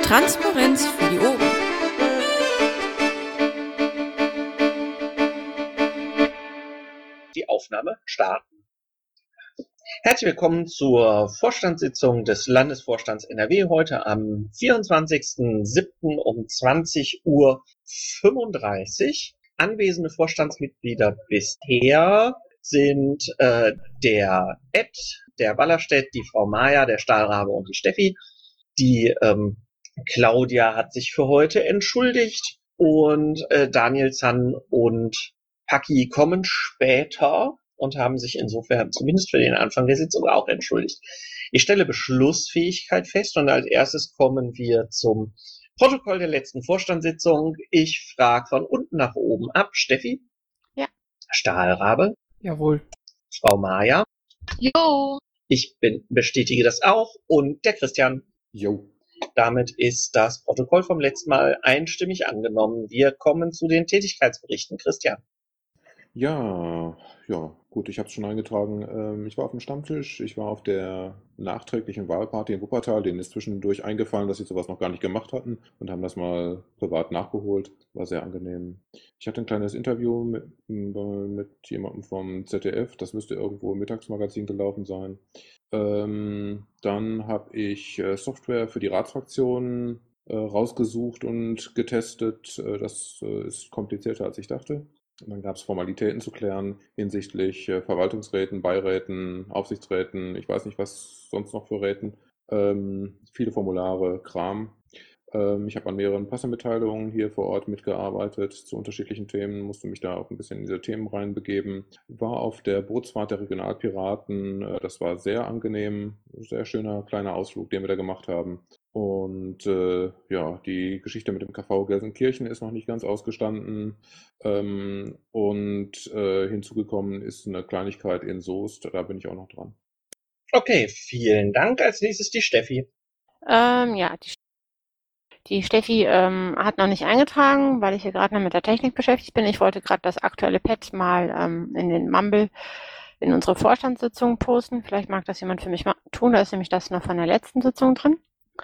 Transparenz für die Ohren. Die Aufnahme starten. Herzlich willkommen zur Vorstandssitzung des Landesvorstands NRW heute am 24.07. um 20:35 Uhr. Anwesende Vorstandsmitglieder bisher sind der Ed, der Wallerstedt, die Frau Maja, der Stahlrabe und die Steffi. Die Claudia hat sich für heute entschuldigt und Daniel Zahn und Paki kommen später und haben sich insofern zumindest für den Anfang der Sitzung auch entschuldigt. Ich stelle Beschlussfähigkeit fest und als erstes kommen wir zum Protokoll der letzten Vorstandssitzung. Ich frage von unten nach oben ab. Steffi? Ja. Stahlrabe? Jawohl. Frau Maja? Jo. Ich bestätige das auch. Und der Christian? Jo. Damit ist das Protokoll vom letzten Mal einstimmig angenommen. Wir kommen zu den Tätigkeitsberichten. Christian? Ja, gut, ich habe es schon eingetragen. Ich war auf dem Stammtisch, ich war auf der nachträglichen Wahlparty in Wuppertal. Denen ist zwischendurch eingefallen, dass sie sowas noch gar nicht gemacht hatten und haben das mal privat nachgeholt. War sehr angenehm. Ich hatte ein kleines Interview mit jemandem vom ZDF. Das müsste irgendwo im Mittagsmagazin gelaufen sein. Dann habe ich Software für die Ratsfraktionen rausgesucht und getestet. Das ist komplizierter, als ich dachte. Und dann gab es Formalitäten zu klären hinsichtlich Verwaltungsräten, Beiräten, Aufsichtsräten, ich weiß nicht, was sonst noch für Räten. Viele Formulare, Kram. Ich habe an mehreren Pressemitteilungen hier vor Ort mitgearbeitet zu unterschiedlichen Themen, musste mich da auch ein bisschen in diese Themen reinbegeben. War auf der Bootsfahrt der Regionalpiraten, das war sehr angenehm, sehr schöner kleiner Ausflug, den wir da gemacht haben. Und die Geschichte mit dem KV Gelsenkirchen ist noch nicht ganz ausgestanden. Hinzugekommen ist eine Kleinigkeit in Soest, da bin ich auch noch dran. Okay, vielen Dank. Als nächstes die Steffi. Die Steffi hat noch nicht eingetragen, weil ich hier gerade noch mit der Technik beschäftigt bin. Ich wollte gerade das aktuelle Pad mal in den Mumble in unsere Vorstandssitzung posten. Vielleicht mag das jemand für mich tun. Da ist nämlich das noch von der letzten Sitzung drin.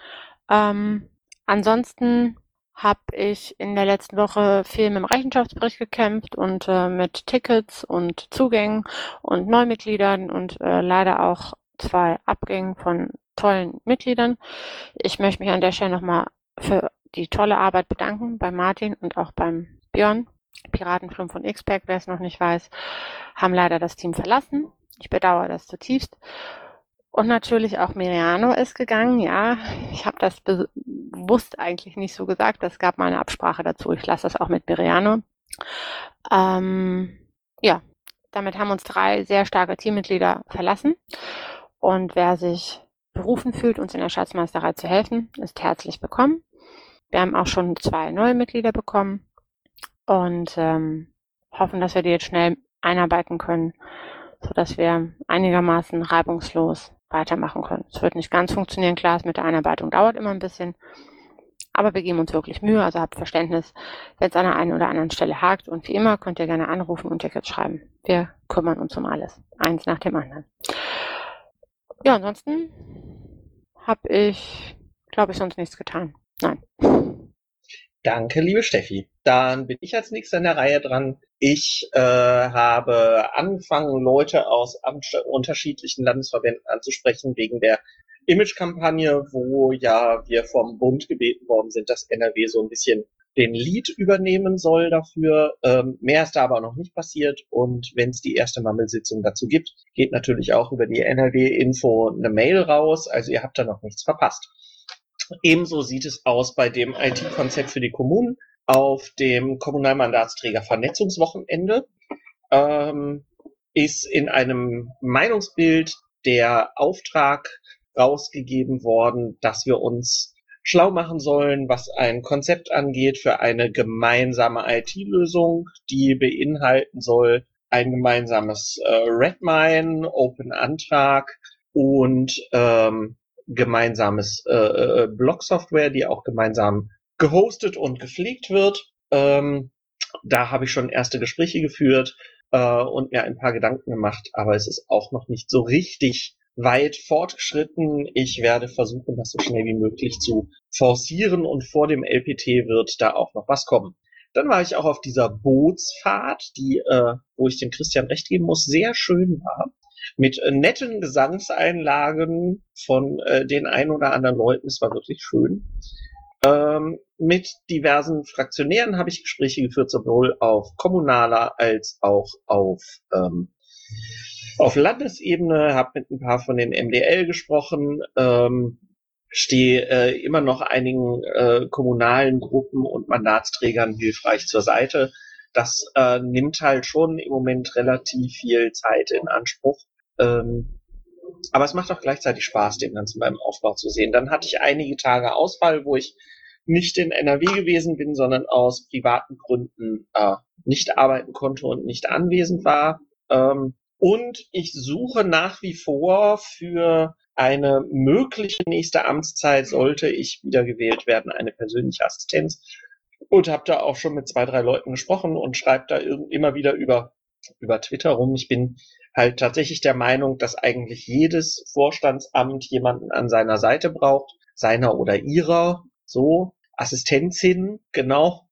Ansonsten habe ich in der letzten Woche viel mit dem Rechenschaftsbericht gekämpft und mit Tickets und Zugängen und Neumitgliedern und leider auch 2 Abgängen von tollen Mitgliedern. Ich möchte mich an der Stelle nochmal für die tolle Arbeit bedanken bei Martin und auch beim Björn. Piratenflumpf und X-Pack, wer es noch nicht weiß, haben leider das Team verlassen. Ich bedauere das zutiefst. Und natürlich auch Miriano ist gegangen, ja. Ich habe das bewusst eigentlich nicht so gesagt. Es gab mal eine Absprache dazu. Ich lasse das auch mit Miriano. Damit haben uns 3 sehr starke Teammitglieder verlassen. Und wer sich berufen fühlt, uns in der Schatzmeisterei zu helfen, ist herzlich willkommen. Wir haben auch schon 2 neue Mitglieder bekommen und hoffen, dass wir die jetzt schnell einarbeiten können, sodass wir einigermaßen reibungslos weitermachen können. Es wird nicht ganz funktionieren, klar, mit der Einarbeitung dauert immer ein bisschen, aber wir geben uns wirklich Mühe, also habt Verständnis, wenn es an der einen oder anderen Stelle hakt. Und wie immer könnt ihr gerne anrufen und Tickets schreiben. Wir kümmern uns um alles, eins nach dem anderen. Ja, ansonsten habe ich, glaube ich, sonst nichts getan. Nein. Danke, liebe Steffi. Dann bin ich als nächster in der Reihe dran. Ich habe angefangen, Leute aus unterschiedlichen Landesverbänden anzusprechen wegen der Imagekampagne, wo ja wir vom Bund gebeten worden sind, dass NRW so ein bisschen den Lead übernehmen soll dafür. Mehr ist da aber noch nicht passiert. Und wenn es die erste Mammelsitzung dazu gibt, geht natürlich auch über die NRW-Info eine Mail raus. Also ihr habt da noch nichts verpasst. Ebenso sieht es aus bei dem IT-Konzept für die Kommunen auf dem Kommunalmandatsträger-Vernetzungswochenende. Ist in einem Meinungsbild der Auftrag rausgegeben worden, dass wir uns schlau machen sollen, was ein Konzept angeht für eine gemeinsame IT-Lösung, die beinhalten soll ein gemeinsames Redmine, Open-Antrag und gemeinsames Blog-Software, die auch gemeinsam gehostet und gepflegt wird. Da habe ich schon erste Gespräche geführt und mir ein paar Gedanken gemacht, aber es ist auch noch nicht so richtig weit fortgeschritten. Ich werde versuchen, das so schnell wie möglich zu forcieren und vor dem LPT wird da auch noch was kommen. Dann war ich auch auf dieser Bootsfahrt, die, wo ich dem Christian recht geben muss, sehr schön war. Mit netten Gesangseinlagen von den ein oder anderen Leuten. Es war wirklich schön. Mit diversen Fraktionären habe ich Gespräche geführt, sowohl auf kommunaler als auch auf Landesebene, habe mit ein paar von den MDL gesprochen, stehe immer noch einigen kommunalen Gruppen und Mandatsträgern hilfreich zur Seite. Das nimmt halt schon im Moment relativ viel Zeit in Anspruch. Aber es macht auch gleichzeitig Spaß, den ganzen beim Aufbau zu sehen. Dann hatte ich einige Tage Ausfall, wo ich nicht in NRW gewesen bin, sondern aus privaten Gründen nicht arbeiten konnte und nicht anwesend war. Und ich suche nach wie vor für eine mögliche nächste Amtszeit, sollte ich wiedergewählt werden, eine persönliche Assistenz. Und habe da auch schon mit 2, 3 Leuten gesprochen und schreibe da immer wieder über Twitter rum. Ich bin halt tatsächlich der Meinung, dass eigentlich jedes Vorstandsamt jemanden an seiner Seite braucht, seiner oder ihrer, so, Assistenzin, genau,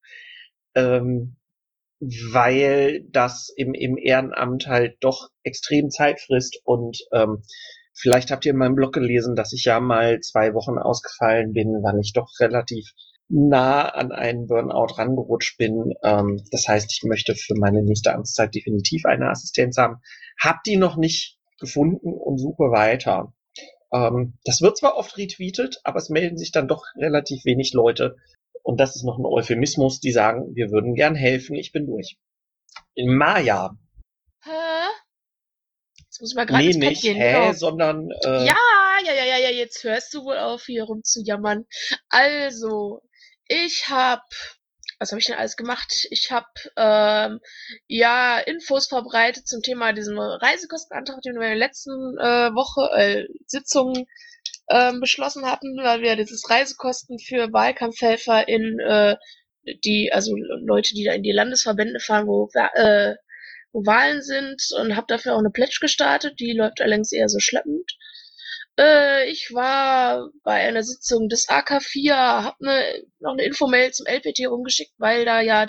weil das im Ehrenamt halt doch extrem Zeit frisst und vielleicht habt ihr in meinem Blog gelesen, dass ich ja mal 2 Wochen ausgefallen bin, weil ich doch relativ nah an einen Burnout rangerutscht bin. Das heißt, ich möchte für meine nächste Amtszeit definitiv eine Assistenz haben. Hab die noch nicht gefunden und suche weiter. Das wird zwar oft retweetet, aber es melden sich dann doch relativ wenig Leute. Und das ist noch ein Euphemismus, die sagen, wir würden gern helfen, ich bin durch. In Maja. Hä? Jetzt muss ich mal gerade ins Bett gehen. Sondern Ja, jetzt hörst du wohl auf, hier rumzujammern. Also, was habe ich denn alles gemacht? Ich habe Infos verbreitet zum Thema diesem Reisekostenantrag, den wir in der letzten Sitzung beschlossen hatten, weil wir dieses Reisekosten für Wahlkampfhelfer also Leute, die da in die Landesverbände fahren, wo Wahlen sind, und habe dafür auch eine Pledge gestartet, die läuft allerdings eher so schleppend. Ich war bei einer Sitzung des AK4, habe noch eine Infomail zum LPT rumgeschickt, weil da ja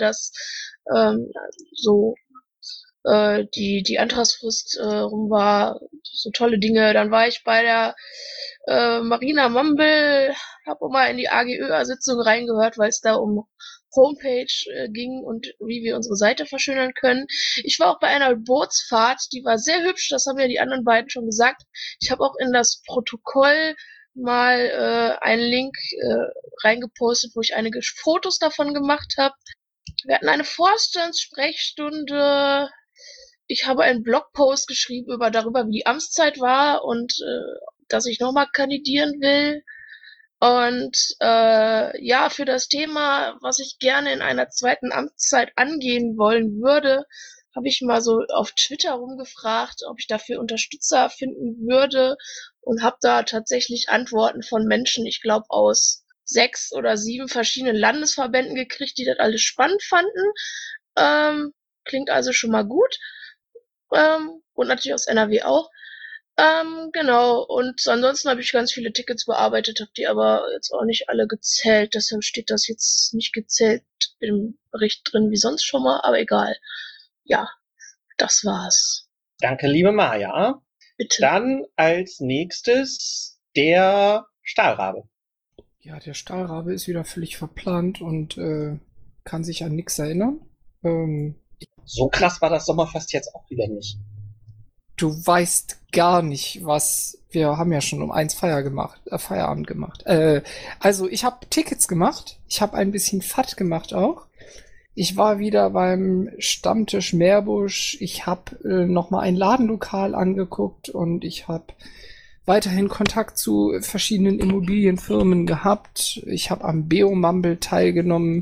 die Antragsfrist rum war, so tolle Dinge. Dann war ich bei der Marina Mambel, habe auch mal in die AGÖA-Sitzung reingehört, weil es da um Homepage ging und wie wir unsere Seite verschönern können. Ich war auch bei einer Bootsfahrt, die war sehr hübsch, das haben ja die anderen beiden schon gesagt. Ich habe auch in das Protokoll mal einen Link reingepostet, wo ich einige Fotos davon gemacht habe. Wir hatten eine Vorstandssprechstunde. Ich habe einen Blogpost geschrieben darüber, wie die Amtszeit war und dass ich nochmal kandidieren will. Und für das Thema, was ich gerne in einer zweiten Amtszeit angehen wollen würde, habe ich mal so auf Twitter rumgefragt, ob ich dafür Unterstützer finden würde, und habe da tatsächlich Antworten von Menschen, ich glaube aus 6 oder 7 verschiedenen Landesverbänden gekriegt, die das alles spannend fanden. Klingt also schon mal gut. Und natürlich aus NRW auch. Genau, und ansonsten habe ich ganz viele Tickets bearbeitet, habe die aber jetzt auch nicht alle gezählt, deshalb steht das jetzt nicht gezählt im Bericht drin wie sonst schon mal, aber egal. Ja, das war's. Danke, liebe Maja. Bitte. Dann als nächstes der Stahlrabe. Ja, der Stahlrabe ist wieder völlig verplant und kann sich an nichts erinnern. So krass war das Sommerfest jetzt auch wieder nicht. Du weißt gar nicht, wir haben ja schon um 1 Feierabend gemacht. Also ich habe Tickets gemacht, ich habe ein bisschen FAT gemacht auch. Ich war wieder beim Stammtisch Meerbusch, ich habe nochmal ein Ladenlokal angeguckt und ich habe weiterhin Kontakt zu verschiedenen Immobilienfirmen gehabt. Ich habe am Beomumble teilgenommen,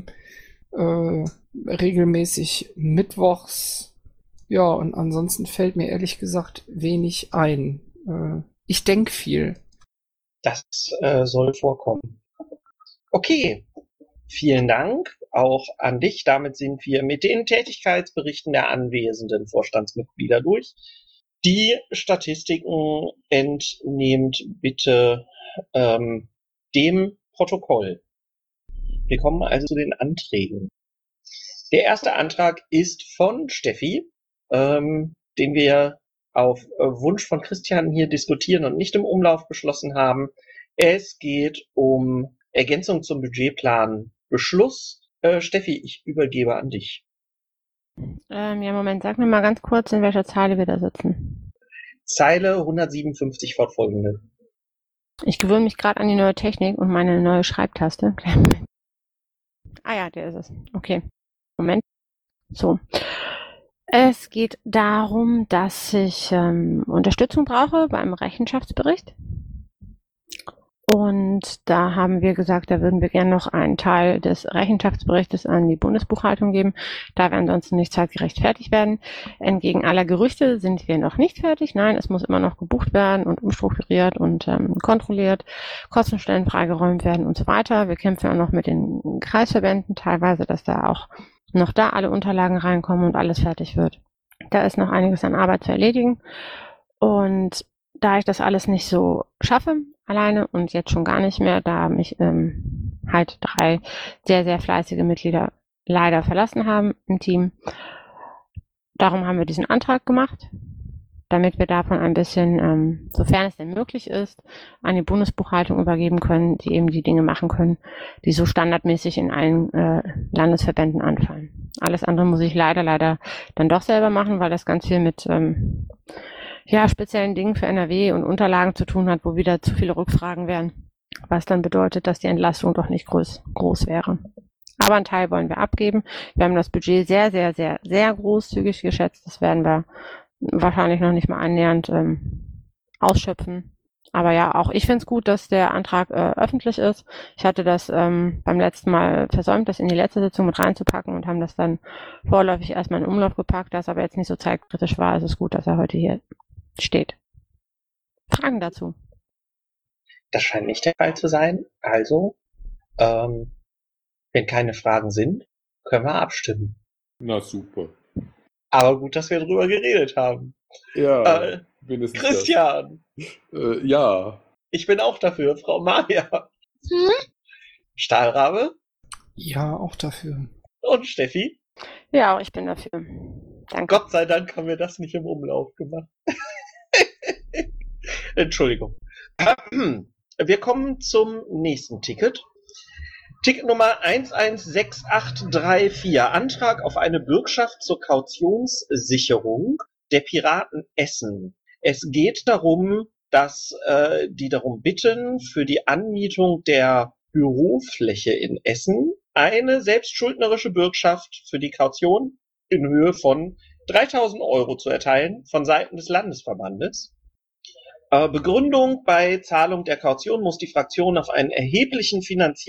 regelmäßig mittwochs. Ja, und ansonsten fällt mir ehrlich gesagt wenig ein. Ich denke viel. Das soll vorkommen. Okay, vielen Dank auch an dich. Damit sind wir mit den Tätigkeitsberichten der anwesenden Vorstandsmitglieder durch. Die Statistiken entnehmt bitte dem Protokoll. Wir kommen also zu den Anträgen. Der erste Antrag ist von Steffi, den wir auf Wunsch von Christian hier diskutieren und nicht im Umlauf beschlossen haben. Es geht um Ergänzung zum Budgetplan Beschluss. Steffi, ich übergebe an dich. Ja, Moment, sag mir mal ganz kurz, in welcher Zeile wir da sitzen. Zeile 157 fortfolgende. Ich gewöhne mich gerade an die neue Technik und meine neue Schreibtaste. Ah ja, der ist es. Okay. Moment. So. Es geht darum, dass ich Unterstützung brauche beim Rechenschaftsbericht. Und da haben wir gesagt, da würden wir gerne noch einen Teil des Rechenschaftsberichtes an die Bundesbuchhaltung geben, da wir ansonsten nicht zeitgerecht fertig werden. Entgegen aller Gerüchte sind wir noch nicht fertig. Nein, es muss immer noch gebucht werden und umstrukturiert und kontrolliert, Kostenstellen freigeräumt werden und so weiter. Wir kämpfen auch noch mit den Kreisverbänden teilweise, dass da auch noch da alle Unterlagen reinkommen und alles fertig wird. Da ist noch einiges an Arbeit zu erledigen. Und da ich das alles nicht so schaffe, alleine und jetzt schon gar nicht mehr, da mich halt 3 sehr, sehr fleißige Mitglieder leider verlassen haben im Team. Darum haben wir diesen Antrag gemacht, damit wir davon ein bisschen, sofern es denn möglich ist, an die Bundesbuchhaltung übergeben können, die eben die Dinge machen können, die so standardmäßig in allen Landesverbänden anfallen. Alles andere muss ich leider dann doch selber machen, weil das ganz viel mit speziellen Dingen für NRW und Unterlagen zu tun hat, wo wieder zu viele Rückfragen wären, was dann bedeutet, dass die Entlastung doch nicht groß wäre. Aber einen Teil wollen wir abgeben. Wir haben das Budget sehr, sehr, sehr, sehr großzügig geschätzt. Das werden wir wahrscheinlich noch nicht mal annähernd ausschöpfen. Aber ja, auch ich finde es gut, dass der Antrag öffentlich ist. Ich hatte das beim letzten Mal versäumt, das in die letzte Sitzung mit reinzupacken und haben das dann vorläufig erstmal in Umlauf gepackt. Da es aber jetzt nicht so zeitkritisch war, ist es gut, dass er heute hier steht. Fragen dazu? Das scheint nicht der Fall zu sein. Also, wenn keine Fragen sind, können wir abstimmen. Na super. Aber gut, dass wir drüber geredet haben. Ja, mindestens Christian, das. Ja. ich bin auch dafür, Frau Maja. Stahlrabe Ja, auch dafür. und Steffi. Ja, auch ich bin dafür. Danke. Gott sei Dank haben wir das nicht im Umlauf gemacht. Entschuldigung. Wir kommen zum nächsten Ticket. Ticket Nummer 116834. Antrag auf eine Bürgschaft zur Kautionssicherung der Piraten Essen. Es geht darum, dass die darum bitten, für die Anmietung der Bürofläche in Essen eine selbstschuldnerische Bürgschaft für die Kaution in Höhe von 3.000 Euro zu erteilen von Seiten des Landesverbandes. Begründung: Bei Zahlung der Kaution muss die Fraktion auf einen erheblichen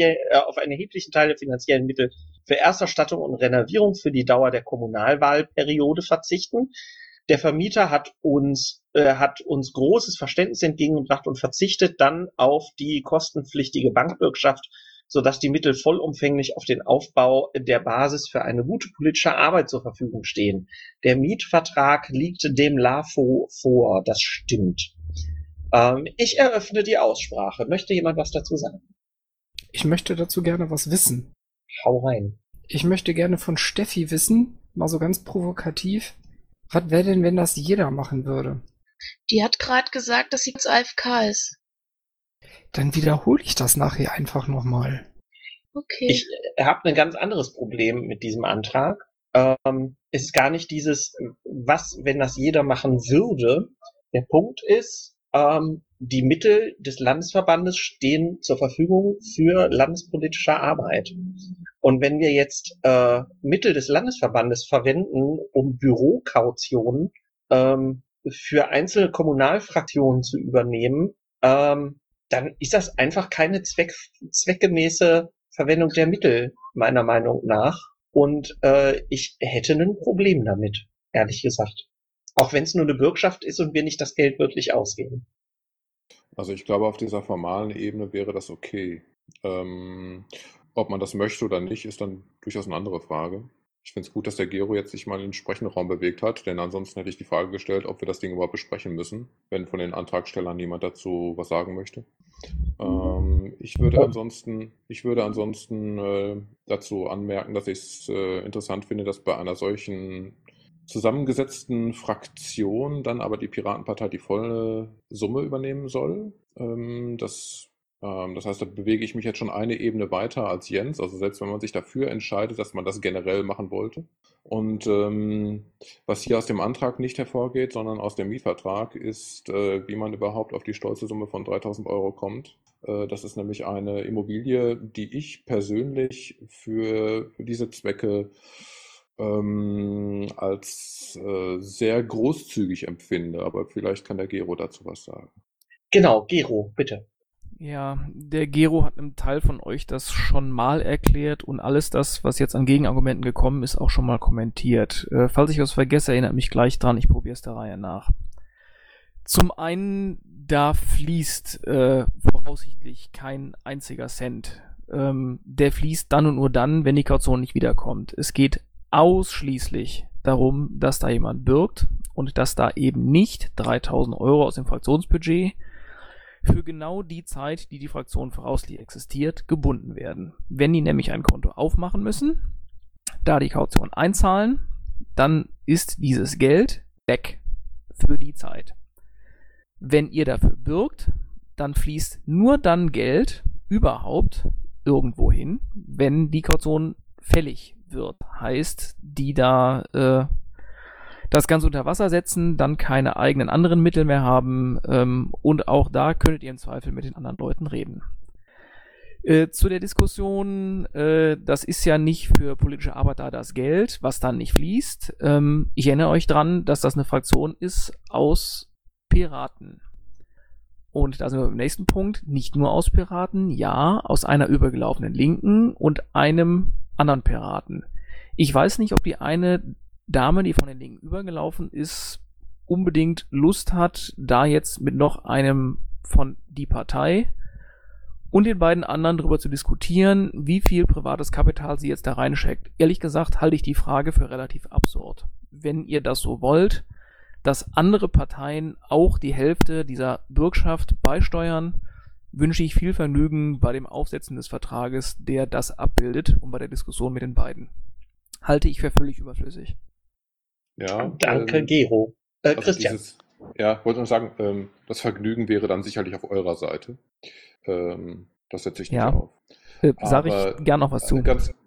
Teil der finanziellen Mittel für Ersterstattung und Renovierung für die Dauer der Kommunalwahlperiode verzichten. Der Vermieter hat uns großes Verständnis entgegengebracht und verzichtet dann auf die kostenpflichtige Bankbürgschaft, sodass die Mittel vollumfänglich auf den Aufbau der Basis für eine gute politische Arbeit zur Verfügung stehen. Der Mietvertrag liegt dem LAFO vor. Das stimmt. Ich eröffne die Aussprache. Möchte jemand was dazu sagen? Ich möchte dazu gerne was wissen. Hau rein. Ich möchte gerne von Steffi wissen, mal so ganz provokativ, was wäre denn, wenn das jeder machen würde? Die hat gerade gesagt, dass sie jetzt AFK ist. Dann wiederhole ich das nachher einfach nochmal. Okay. Ich habe ein ganz anderes Problem mit diesem Antrag. Es ist gar nicht dieses, was, wenn das jeder machen würde. Der Punkt ist, die Mittel des Landesverbandes stehen zur Verfügung für landespolitische Arbeit. Und wenn wir jetzt Mittel des Landesverbandes verwenden, um Bürokautionen für einzelne Kommunalfraktionen zu übernehmen, dann ist das einfach keine zweckgemäße Verwendung der Mittel, meiner Meinung nach. Und ich hätte ein Problem damit, ehrlich gesagt. Auch wenn es nur eine Bürgschaft ist und wir nicht das Geld wirklich ausgeben. Also ich glaube, auf dieser formalen Ebene wäre das okay. Ob man das möchte oder nicht, ist dann durchaus eine andere Frage. Ich finde es gut, dass der Gero jetzt sich mal in den entsprechenden Raum bewegt hat, denn ansonsten hätte ich die Frage gestellt, ob wir das Ding überhaupt besprechen müssen, wenn von den Antragstellern jemand dazu was sagen möchte. Ich würde ansonsten dazu anmerken, dass ich es interessant finde, dass bei einer solchen zusammengesetzten Fraktion dann aber die Piratenpartei die volle Summe übernehmen soll. Das heißt, da bewege ich mich jetzt schon eine Ebene weiter als Jens, also selbst wenn man sich dafür entscheidet, dass man das generell machen wollte. Und was hier aus dem Antrag nicht hervorgeht, sondern aus dem Mietvertrag, ist, wie man überhaupt auf die stolze Summe von 3.000 Euro kommt. Das ist nämlich eine Immobilie, die ich persönlich für diese Zwecke als sehr großzügig empfinde. Aber vielleicht kann der Gero dazu was sagen. Genau, Gero, bitte. Ja, der Gero hat einem Teil von euch das schon mal erklärt und alles das, was jetzt an Gegenargumenten gekommen ist, auch schon mal kommentiert. Falls ich was vergesse, erinnert mich gleich dran, ich probiere es der Reihe nach. Zum einen, da fließt voraussichtlich kein einziger Cent. Der fließt dann und nur dann, wenn die Kaution nicht wiederkommt. Es geht ausschließlich darum, dass da jemand bürgt und dass da eben nicht 3.000 Euro aus dem Fraktionsbudget für genau die Zeit, die die Fraktion voraussichtlich existiert, gebunden werden. Wenn die nämlich ein Konto aufmachen müssen, da die Kaution einzahlen, dann ist dieses Geld weg für die Zeit. Wenn ihr dafür bürgt, dann fließt nur dann Geld überhaupt irgendwo hin, wenn die Kaution fällig wird. Heißt, die da das Ganze unter Wasser setzen, dann keine eigenen anderen Mittel mehr haben und auch da könntet ihr im Zweifel mit den anderen Leuten reden. Zu der Diskussion, das ist ja nicht für politische Arbeit da das Geld, was dann nicht fließt. Ich erinnere euch dran, dass das eine Fraktion ist aus Piraten. Und da sind wir beim nächsten Punkt, nicht nur aus Piraten, ja, aus einer übergelaufenen Linken und einem anderen Piraten. Ich weiß nicht, ob die eine Dame, die von den Linken übergelaufen ist, unbedingt Lust hat, da jetzt mit noch einem von die Partei und den beiden anderen darüber zu diskutieren, wie viel privates Kapital sie jetzt da reinsteckt. Ehrlich gesagt halte ich die Frage für relativ absurd. Wenn ihr das so wollt, dass andere Parteien auch die Hälfte dieser Bürgschaft beisteuern, wünsche ich viel Vergnügen bei dem Aufsetzen des Vertrages, der das abbildet und bei der Diskussion mit den beiden. Halte ich für völlig überflüssig. Ja, danke, Gero. Also Christian. Wollte noch sagen, das Vergnügen wäre dann sicherlich auf eurer Seite. Das setze ich nicht auf. Sage ich gern noch was zu.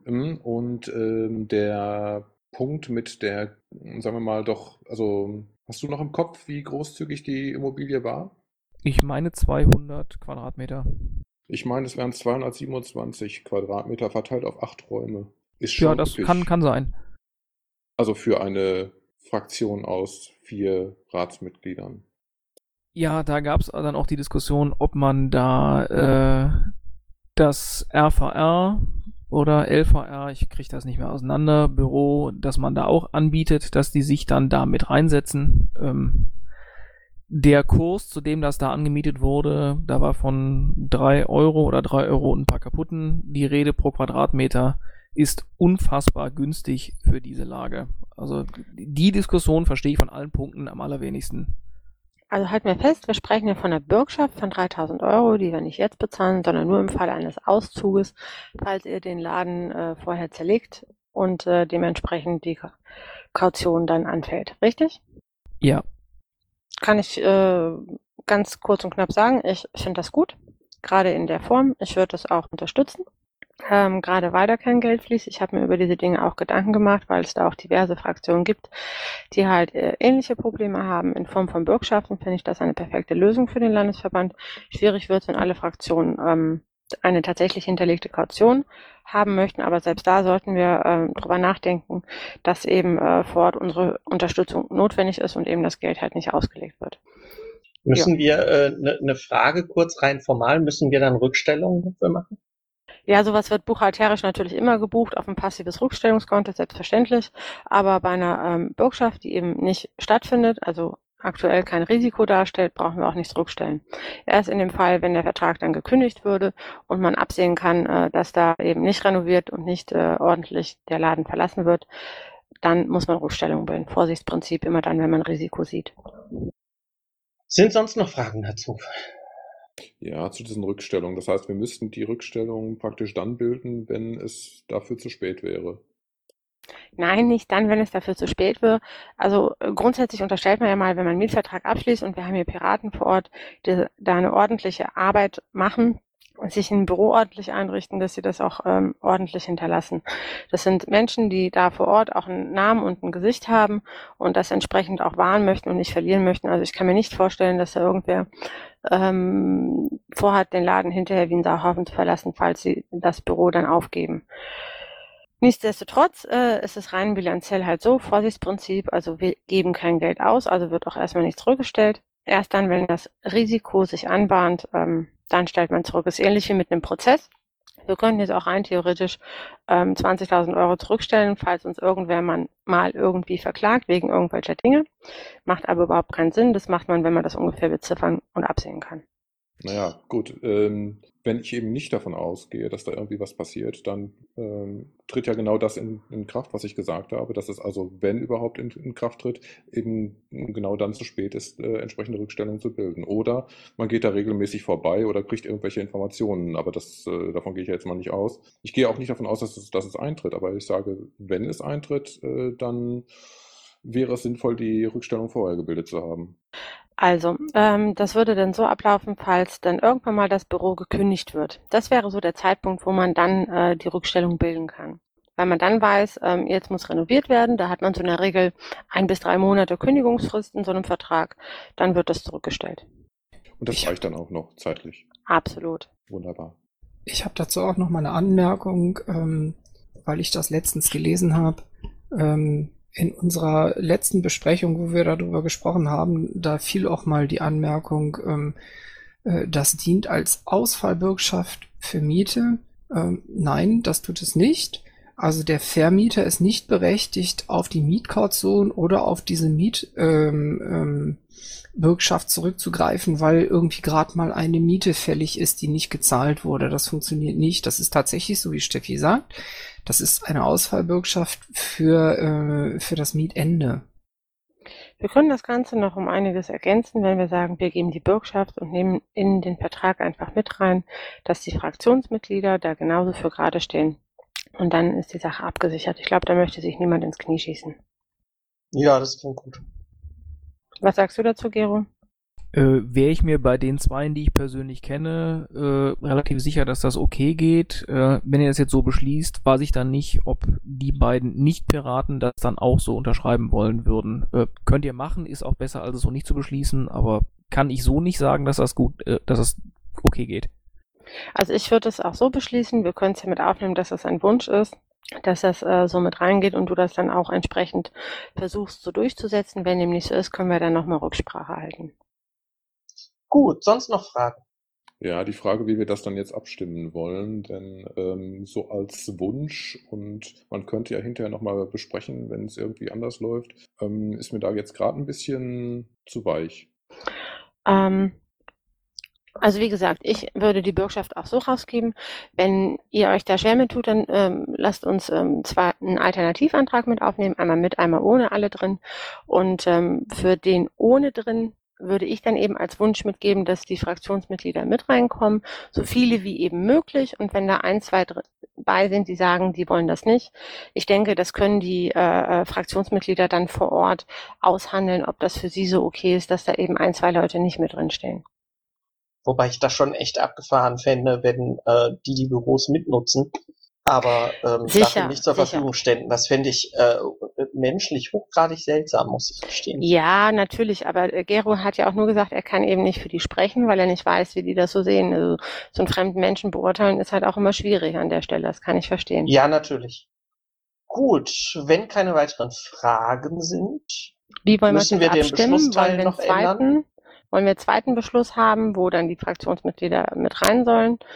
Der Punkt mit der, sagen wir mal doch, also hast du noch im Kopf, wie großzügig die Immobilie war? Ich meine 200 Quadratmeter. Ich meine, es wären 227 Quadratmeter verteilt auf 8 Räume. Ist schon ja, das kann sein. Also für eine Fraktion aus 4 Ratsmitgliedern. Ja, da gab es dann auch die Diskussion, ob man da das RVR oder LVR, ich kriege das nicht mehr auseinander, Büro, dass man da auch anbietet, dass die sich dann da mit reinsetzen. Der Kurs, zu dem das da angemietet wurde, da war von 3 Euro oder 3 Euro und ein paar kaputten. Die Rede pro Quadratmeter ist unfassbar günstig für diese Lage. Also die Diskussion verstehe ich von allen Punkten am allerwenigsten. Also halten wir fest, wir sprechen hier von einer Bürgschaft von 3.000 Euro, die wir nicht jetzt bezahlen, sondern nur im Falle eines Auszuges, falls ihr den Laden vorher zerlegt und dementsprechend die Kaution dann anfällt. Richtig? Ja. Kann ich ganz kurz und knapp sagen, ich finde das gut, gerade in der Form. Ich würde das auch unterstützen. Gerade weil da kein Geld fließt. Ich habe mir über diese Dinge auch Gedanken gemacht, weil es da auch diverse Fraktionen gibt, die halt ähnliche Probleme haben. In Form von Bürgschaften finde ich das eine perfekte Lösung für den Landesverband. Schwierig wird es, wenn alle Fraktionen eine tatsächlich hinterlegte Kaution haben möchten, aber selbst da sollten wir drüber nachdenken, dass eben vor Ort unsere Unterstützung notwendig ist und eben das Geld halt nicht ausgelegt wird. Müssen wir eine Frage kurz rein formal, müssen wir dann Rückstellungen dafür machen? Ja, sowas wird buchhalterisch natürlich immer gebucht auf ein passives Rückstellungskonto, selbstverständlich. Aber bei einer Bürgschaft, die eben nicht stattfindet, also aktuell kein Risiko darstellt, brauchen wir auch nicht zurückstellen. Erst in dem Fall, wenn der Vertrag dann gekündigt würde und man absehen kann, dass da eben nicht renoviert und nicht ordentlich der Laden verlassen wird, dann muss man Rückstellung bilden. Vorsichtsprinzip immer dann, wenn man Risiko sieht. Sind sonst noch Fragen dazu? Ja, zu diesen Rückstellungen. Das heißt, wir müssten die Rückstellung praktisch dann bilden, wenn es dafür zu spät wäre. Nein, nicht dann, wenn es dafür zu spät wird. Also grundsätzlich unterstellt man ja mal, wenn man einen Mietvertrag abschließt und wir haben hier Piraten vor Ort, die da eine ordentliche Arbeit machen und sich ein Büro ordentlich einrichten, dass sie das auch ordentlich hinterlassen. Das sind Menschen, die da vor Ort auch einen Namen und ein Gesicht haben und das entsprechend auch wahren möchten und nicht verlieren möchten. Also ich kann mir nicht vorstellen, dass da irgendwer vorhat, den Laden hinterher wie ein Sauhaufen zu verlassen, falls sie das Büro dann aufgeben. Nichtsdestotrotz ist es rein bilanziell halt so, Vorsichtsprinzip, also wir geben kein Geld aus, also wird auch erstmal nichts zurückgestellt. Erst dann, wenn das Risiko sich anbahnt, dann stellt man zurück. Ist ähnlich wie mit einem Prozess. Wir könnten jetzt auch rein theoretisch 20.000 Euro zurückstellen, falls uns irgendwer mal irgendwie verklagt wegen irgendwelcher Dinge. Macht aber überhaupt keinen Sinn. Das macht man, wenn man das ungefähr beziffern und absehen kann. Naja, gut. Wenn ich eben nicht davon ausgehe, dass da irgendwie was passiert, dann tritt ja genau das in Kraft, was ich gesagt habe, dass es also, wenn überhaupt in Kraft tritt, eben genau dann zu spät ist, entsprechende Rückstellungen zu bilden. Oder man geht da regelmäßig vorbei oder kriegt irgendwelche Informationen, aber davon gehe ich ja jetzt mal nicht aus. Ich gehe auch nicht davon aus, dass es eintritt, aber ich sage, wenn es eintritt, dann wäre es sinnvoll, die Rückstellung vorher gebildet zu haben. Also, das würde dann so ablaufen, falls dann irgendwann mal das Büro gekündigt wird. Das wäre so der Zeitpunkt, wo man dann die Rückstellung bilden kann. Weil man dann weiß, jetzt muss renoviert werden, da hat man so in der Regel 1 bis 3 Monate Kündigungsfrist in so einem Vertrag, dann wird das zurückgestellt. Und das reicht dann auch noch zeitlich. Absolut. Wunderbar. Ich habe dazu auch noch mal eine Anmerkung, weil ich das letztens gelesen habe. In unserer letzten Besprechung, wo wir darüber gesprochen haben, da fiel auch mal die Anmerkung, das dient als Ausfallbürgschaft für Miete. Nein, das tut es nicht. Also der Vermieter ist nicht berechtigt, auf die Mietkaution oder auf diese Mietbürgschaft zurückzugreifen, weil irgendwie gerade mal eine Miete fällig ist, die nicht gezahlt wurde. Das funktioniert nicht. Das ist tatsächlich so, wie Steffi sagt. Das ist eine Ausfallbürgschaft für das Mietende. Wir können das Ganze noch um einiges ergänzen, wenn wir sagen, wir geben die Bürgschaft und nehmen in den Vertrag einfach mit rein, dass die Fraktionsmitglieder da genauso für gerade stehen. Und dann ist die Sache abgesichert. Ich glaube, da möchte sich niemand ins Knie schießen. Ja, das klingt gut. Was sagst du dazu, Gero? Wäre ich mir bei den zweien, die ich persönlich kenne, relativ sicher, dass das okay geht. Wenn ihr das jetzt so beschließt, weiß ich dann nicht, ob die beiden Nicht-Piraten das dann auch so unterschreiben wollen würden. Könnt ihr machen, ist auch besser, als es so nicht zu beschließen, aber kann ich so nicht sagen, dass das okay geht. Also ich würde es auch so beschließen, wir können es ja mit aufnehmen, dass das ein Wunsch ist, dass das so mit reingeht und du das dann auch entsprechend versuchst so durchzusetzen. Wenn dem nicht so ist, können wir dann nochmal Rücksprache halten. Gut, sonst noch Fragen? Ja, die Frage, wie wir das dann jetzt abstimmen wollen, denn so als Wunsch, und man könnte ja hinterher nochmal besprechen, wenn es irgendwie anders läuft, ist mir da jetzt gerade ein bisschen zu weich. Also wie gesagt, ich würde die Bürgschaft auch so rausgeben. Wenn ihr euch da schwer mit tut, dann lasst uns zwar einen Alternativantrag mit aufnehmen, einmal mit, einmal ohne, alle drin. Und für den ohne drin würde ich dann eben als Wunsch mitgeben, dass die Fraktionsmitglieder mit reinkommen, so viele wie eben möglich. Und wenn da 1, 2 dabei sind, die sagen, die wollen das nicht, ich denke, das können die Fraktionsmitglieder dann vor Ort aushandeln, ob das für sie so okay ist, dass da eben 1, 2 Leute nicht mit drin stehen. Wobei ich das schon echt abgefahren fände, wenn die Büros mitnutzen, aber dafür nicht zur Verfügung ständen. Das fände ich menschlich hochgradig seltsam, muss ich verstehen. Ja, natürlich, aber Gero hat ja auch nur gesagt, er kann eben nicht für die sprechen, weil er nicht weiß, wie die das so sehen. Also so einen fremden Menschen beurteilen ist halt auch immer schwierig an der Stelle, das kann ich verstehen. Ja, natürlich. Gut, wenn keine weiteren Fragen sind, wie wollen müssen wir den Beschlussteil noch ändern. Wollen wir einen zweiten Beschluss haben, wo dann die Fraktionsmitglieder mit rein sollen?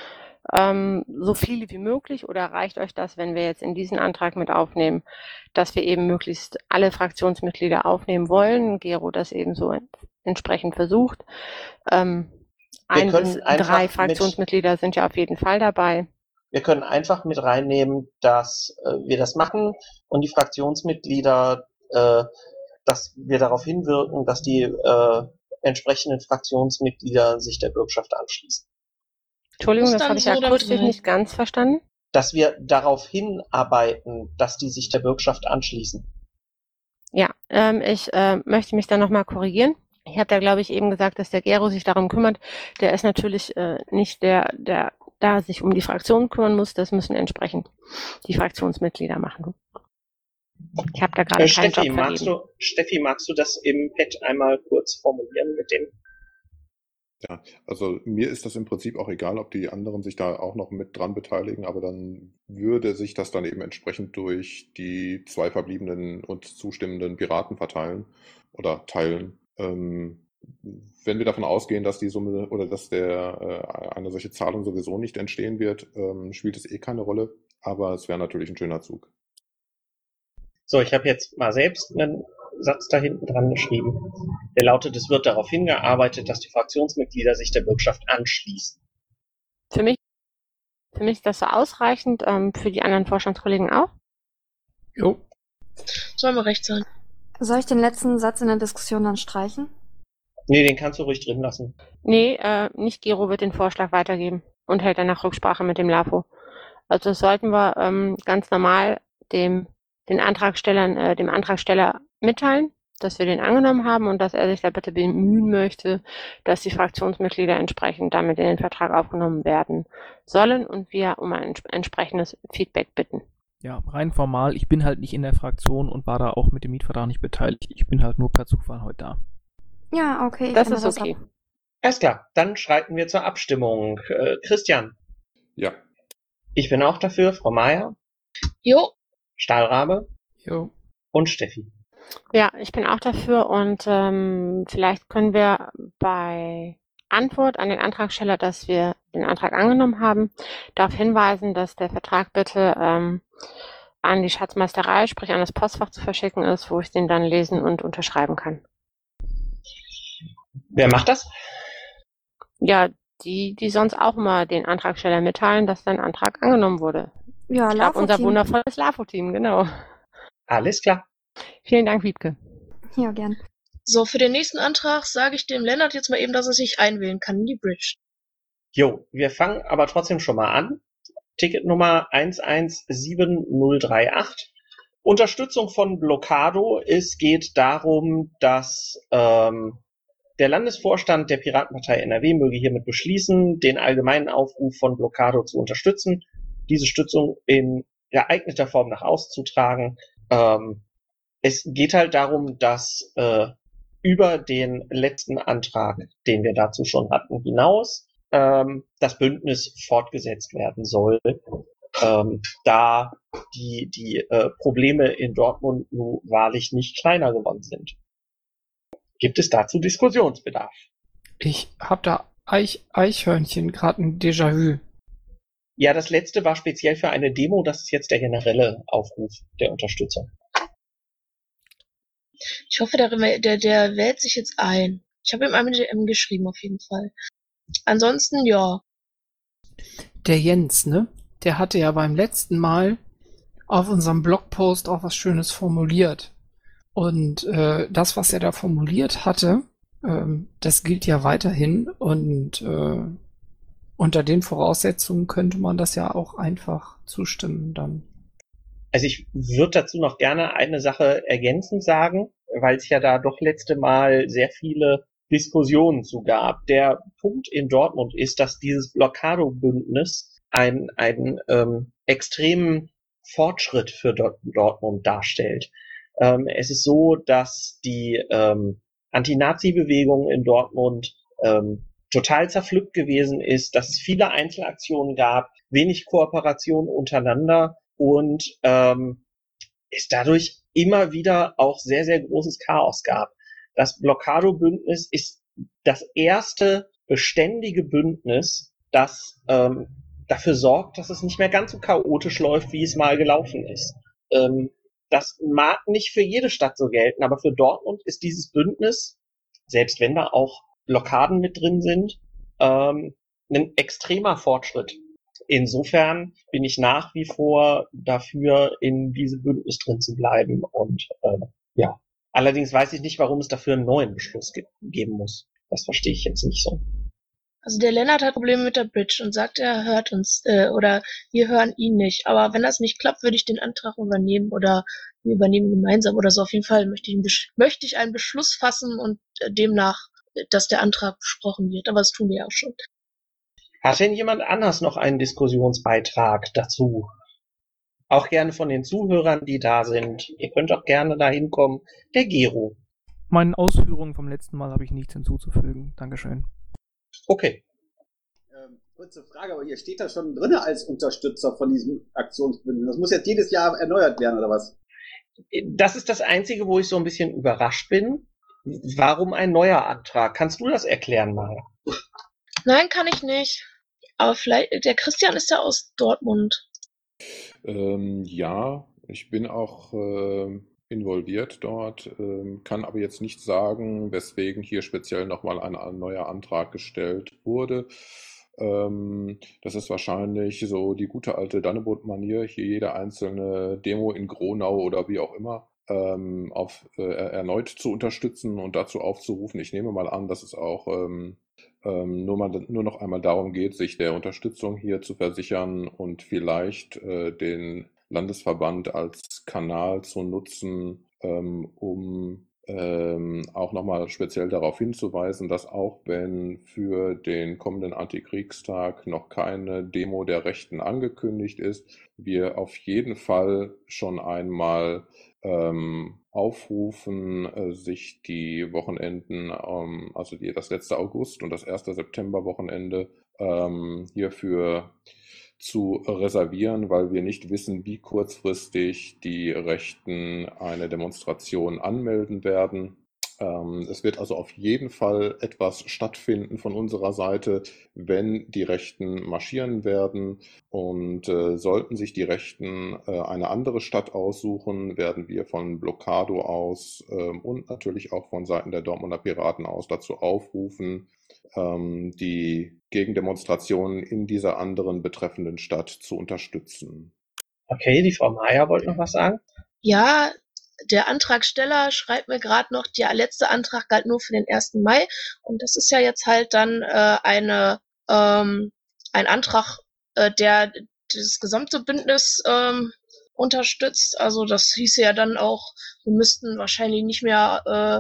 so viele wie möglich, oder reicht euch das, wenn wir jetzt in diesen Antrag mit aufnehmen, dass wir eben möglichst alle Fraktionsmitglieder aufnehmen wollen? Gero das eben so entsprechend versucht. können 3 einfach Fraktionsmitglieder sind ja auf jeden Fall dabei. Wir können einfach mit reinnehmen, dass wir das machen und die Fraktionsmitglieder, dass wir darauf hinwirken, dass die entsprechenden Fraktionsmitglieder sich der Bürgschaft anschließen. Entschuldigung, Muss das dann habe ich so dann akustisch sein. nicht ganz verstanden. Dass wir darauf hinarbeiten, dass die sich der Bürgschaft anschließen. Ja, ich möchte mich da nochmal korrigieren. Ich habe da, glaube ich, eben gesagt, dass der Gero sich darum kümmert. Der ist natürlich nicht der da sich um die Fraktion kümmern muss. Das müssen entsprechend die Fraktionsmitglieder machen. Ich habe da gerade keinen Job vergeben. Steffi, magst du das im Pad einmal kurz formulieren mit dem? Ja, also mir ist das im Prinzip auch egal, ob die anderen sich da auch noch mit dran beteiligen, aber dann würde sich das dann eben entsprechend durch die 2 verbliebenen und zustimmenden Piraten verteilen oder teilen. Wenn wir davon ausgehen, dass die Summe oder dass eine solche Zahlung sowieso nicht entstehen wird, spielt es eh keine Rolle, aber es wäre natürlich ein schöner Zug. So, ich habe jetzt mal selbst einen Satz da hinten dran geschrieben. Der lautet, es wird darauf hingearbeitet, dass die Fraktionsmitglieder sich der Bürgschaft anschließen. Für mich ist das so ausreichend, für die anderen Vorstandskollegen auch. Jo. Soll mal recht sein. Soll ich den letzten Satz in der Diskussion dann streichen? Nee, den kannst du ruhig drin lassen. Nee, nicht Gero wird den Vorschlag weitergeben und hält danach Rücksprache mit dem LAFO. Also das sollten wir ganz normal dem Antragsteller mitteilen, dass wir den angenommen haben und dass er sich da bitte bemühen möchte, dass die Fraktionsmitglieder entsprechend damit in den Vertrag aufgenommen werden sollen und wir um ein entsprechendes Feedback bitten. Ja, rein formal, ich bin halt nicht in der Fraktion und war da auch mit dem Mietvertrag nicht beteiligt. Ich bin halt nur per Zufall heute da. Ja, okay. Das ist okay. Alles klar, dann schreiten wir zur Abstimmung. Christian? Ja. Ich bin auch dafür. Frau Meier? Jo. Stahlrabe? Jo. Und Steffi? Ja, ich bin auch dafür und vielleicht können wir bei Antwort an den Antragsteller, dass wir den Antrag angenommen haben, darauf hinweisen, dass der Vertrag bitte an die Schatzmeisterei, sprich an das Postfach zu verschicken ist, wo ich den dann lesen und unterschreiben kann. Wer macht das? Ja, die sonst auch immer den Antragsteller mitteilen, dass dein Antrag angenommen wurde. Ja, Ich glaube, unser LAFO-Team. wundervolles LAFO-Team, genau. Alles klar. Vielen Dank, Wiebke. Ja, gern. So, für den nächsten Antrag sage ich dem Lennart jetzt mal eben, dass er sich einwählen kann in die Bridge. Jo, wir fangen aber trotzdem schon mal an. Ticketnummer 117038. Unterstützung von Blockado. Es geht darum, dass der Landesvorstand der Piratenpartei NRW möge hiermit beschließen, den allgemeinen Aufruf von Blockado zu unterstützen, diese Stützung in geeigneter Form nach außen zu tragen. Es geht halt darum, dass über den letzten Antrag, den wir dazu schon hatten, hinaus das Bündnis fortgesetzt werden soll, da die Probleme in Dortmund nun wahrlich nicht kleiner geworden sind. Gibt es dazu Diskussionsbedarf? Ich hab da Eichhörnchen gerade ein Déjà-vu. Ja, das letzte war speziell für eine Demo, das ist jetzt der generelle Aufruf der Unterstützung. Ich hoffe, der wählt sich jetzt ein. Ich habe ihm einmal eine DM geschrieben, auf jeden Fall. Ansonsten, ja. Der Jens, ne? Der hatte ja beim letzten Mal auf unserem Blogpost auch was Schönes formuliert. Und das, was er da formuliert hatte, das gilt ja weiterhin. Und unter den Voraussetzungen könnte man das ja auch einfach zustimmen dann. Also ich würde dazu noch gerne eine Sache ergänzend sagen, weil es ja da doch letzte Mal sehr viele Diskussionen zu gab. Der Punkt in Dortmund ist, dass dieses Blockado-Bündnis einen extremen Fortschritt für Dortmund darstellt. Es ist so, dass die Anti-Nazi-Bewegung in Dortmund total zerpflückt gewesen ist, dass es viele Einzelaktionen gab, wenig Kooperation untereinander und es dadurch immer wieder auch sehr, sehr großes Chaos gab. Das Blockado-Bündnis ist das erste beständige Bündnis, das dafür sorgt, dass es nicht mehr ganz so chaotisch läuft, wie es mal gelaufen ist. Das mag nicht für jede Stadt so gelten, aber für Dortmund ist dieses Bündnis, selbst wenn da auch Blockaden mit drin sind, ein extremer Fortschritt. Insofern bin ich nach wie vor dafür, in diesem Bündnis drin zu bleiben. Und ja, allerdings weiß ich nicht, warum es dafür einen neuen Beschluss geben muss. Das verstehe ich jetzt nicht so. Also der Lennart hat Probleme mit der Bridge und sagt, er hört uns oder wir hören ihn nicht. Aber wenn das nicht klappt, würde ich den Antrag übernehmen oder wir übernehmen gemeinsam oder so. Auf jeden Fall möchte ich einen Beschluss fassen und demnach, dass der Antrag besprochen wird. Aber das tun wir ja auch schon. Hat denn jemand anders noch einen Diskussionsbeitrag dazu? Auch gerne von den Zuhörern, die da sind. Ihr könnt auch gerne da hinkommen. Der Gero. Meinen Ausführungen vom letzten Mal habe ich nichts hinzuzufügen. Dankeschön. Okay. Kurze Frage, aber hier steht da schon drin als Unterstützer von diesem Aktionsbündnis. Das muss jetzt jedes Jahr erneuert werden, oder was? Das ist das Einzige, wo ich so ein bisschen überrascht bin. Warum ein neuer Antrag? Kannst du das erklären, Maja? Nein, kann ich nicht. Aber vielleicht, der Christian ist ja aus Dortmund. Ja, ich bin auch involviert dort, kann aber jetzt nicht sagen, weswegen hier speziell nochmal ein neuer Antrag gestellt wurde. Das ist wahrscheinlich so die gute alte Dannebot-Manier, hier jede einzelne Demo in Gronau oder wie auch immer erneut zu unterstützen und dazu aufzurufen. Ich nehme mal an, dass es auch nur noch einmal darum geht, sich der Unterstützung hier zu versichern und vielleicht den Landesverband als Kanal zu nutzen, um auch nochmal speziell darauf hinzuweisen, dass auch wenn für den kommenden Antikriegstag noch keine Demo der Rechten angekündigt ist, wir auf jeden Fall schon einmal aufrufen, sich die Wochenenden, also das letzte August und das erste September-Wochenende hierfür zu reservieren, weil wir nicht wissen, wie kurzfristig die Rechten eine Demonstration anmelden werden. Es wird also auf jeden Fall etwas stattfinden von unserer Seite, wenn die Rechten marschieren werden. Und sollten sich die Rechten eine andere Stadt aussuchen, werden wir von Blockado aus und natürlich auch von Seiten der Dortmunder Piraten aus dazu aufrufen, die Gegendemonstrationen in dieser anderen betreffenden Stadt zu unterstützen. Okay, die Frau Mayer wollte noch was sagen? Ja, der Antragsteller schreibt mir gerade noch, der letzte Antrag galt nur für den 1. Mai und das ist ja jetzt halt dann ein Antrag, der das gesamte Bündnis unterstützt. Also das hieße ja dann auch, wir müssten wahrscheinlich nicht mehr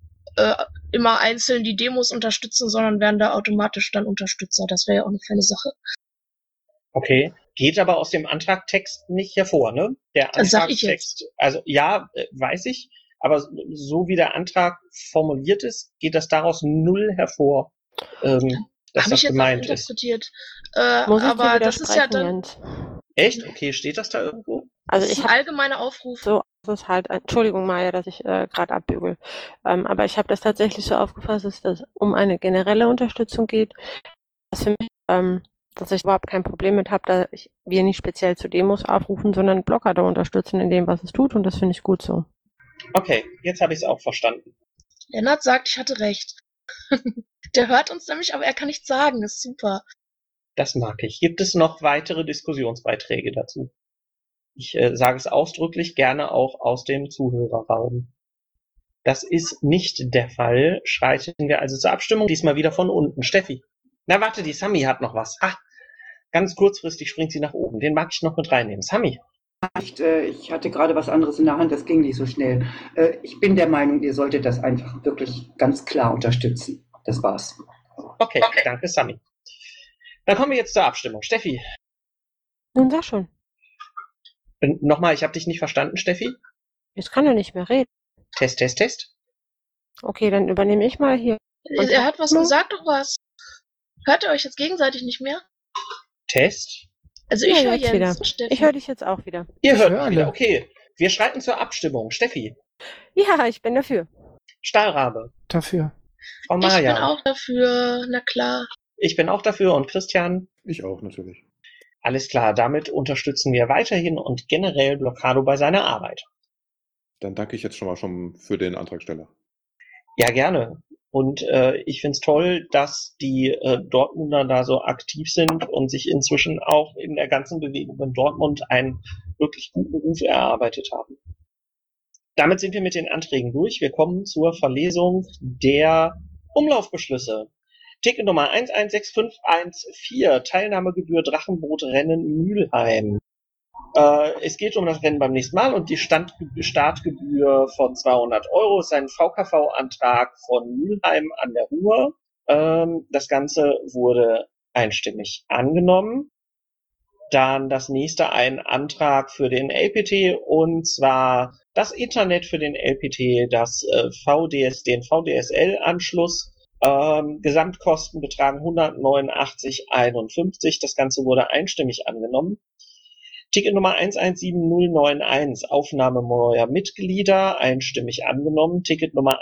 immer einzeln die Demos unterstützen, sondern wären da automatisch dann Unterstützer. Das wäre ja auch eine feine Sache. Okay, geht aber aus dem Antragtext nicht hervor, ne? Der Das sag ich Antragstext, also ja, weiß ich, aber so wie der Antrag formuliert ist, geht das daraus null hervor, dass Habe das ich jetzt auch gemeint ist. interpretiert. Muss ich dir Aber das ist ja widersprechen, dann Jens? Echt? Okay, steht das da irgendwo? Also das ist ich ein habe allgemeiner Aufruf. so, das ist halt, Entschuldigung Maja, dass ich gerade abbügel, aber ich habe das tatsächlich so aufgefasst, dass das um eine generelle Unterstützung geht, was für mich, dass ich überhaupt kein Problem mit habe, da wir nicht speziell zu Demos aufrufen, sondern Blockade unterstützen in dem, was es tut und das finde ich gut so. Okay, jetzt habe ich es auch verstanden. Lennart sagt, ich hatte recht. Der hört uns nämlich, aber er kann nichts sagen. Das ist super. Das mag ich. Gibt es noch weitere Diskussionsbeiträge dazu? Ich sage es ausdrücklich, gerne auch aus dem Zuhörerraum. Das ist nicht der Fall. Schreiten wir also zur Abstimmung. Diesmal wieder von unten. Steffi. Na warte, die Sami hat noch was. Ganz kurzfristig springt sie nach oben. Den mag ich noch mit reinnehmen. Sami. Ich hatte gerade was anderes in der Hand, das ging nicht so schnell. Ich bin der Meinung, ihr solltet das einfach wirklich ganz klar unterstützen. Das war's. Okay, danke Sami. Dann kommen wir jetzt zur Abstimmung. Steffi. Nun sag schon, Nochmal, ich habe dich nicht verstanden, Steffi. jetzt kann er nicht mehr reden. Test, Test, Test. Okay, dann übernehme ich mal hier. Und Er hat was Abstimmung? gesagt, doch was. Hört ihr euch jetzt gegenseitig nicht mehr? Test. Also Ja, ich höre jetzt Jens wieder. und Steffi. Ich höre dich jetzt auch wieder. Ihr Ich hört höre mich wieder. alle. Okay, wir schreiten zur Abstimmung. Steffi. Ja, ich bin dafür. Stahlrabe. Dafür. Frau Ich bin Maja. auch dafür, na klar. Ich bin auch dafür und Christian. Ich auch natürlich. Alles klar, damit unterstützen wir weiterhin und generell Blockado bei seiner Arbeit. Dann danke ich jetzt schon mal für den Antragsteller. Ja, gerne. Und ich find's toll, dass die Dortmunder da so aktiv sind und sich inzwischen auch in der ganzen Bewegung in Dortmund einen wirklich guten Ruf erarbeitet haben. Damit sind wir mit den Anträgen durch. Wir kommen zur Verlesung der Umlaufbeschlüsse. Ticket Nummer 116514, Teilnahmegebühr Drachenbootrennen Mülheim. Es geht um das Rennen beim nächsten Mal und die Startgebühr von 200 € ist ein VKV-Antrag von Mülheim an der Ruhr. Das Ganze wurde einstimmig angenommen. Dann das nächste ein Antrag für den LPT und zwar das Internet für den LPT, den VDSL-Anschluss. Gesamtkosten betragen 189,51. Das Ganze wurde einstimmig angenommen. Ticket Nummer 117091, Aufnahme neuer Mitglieder, einstimmig angenommen. Ticket Nummer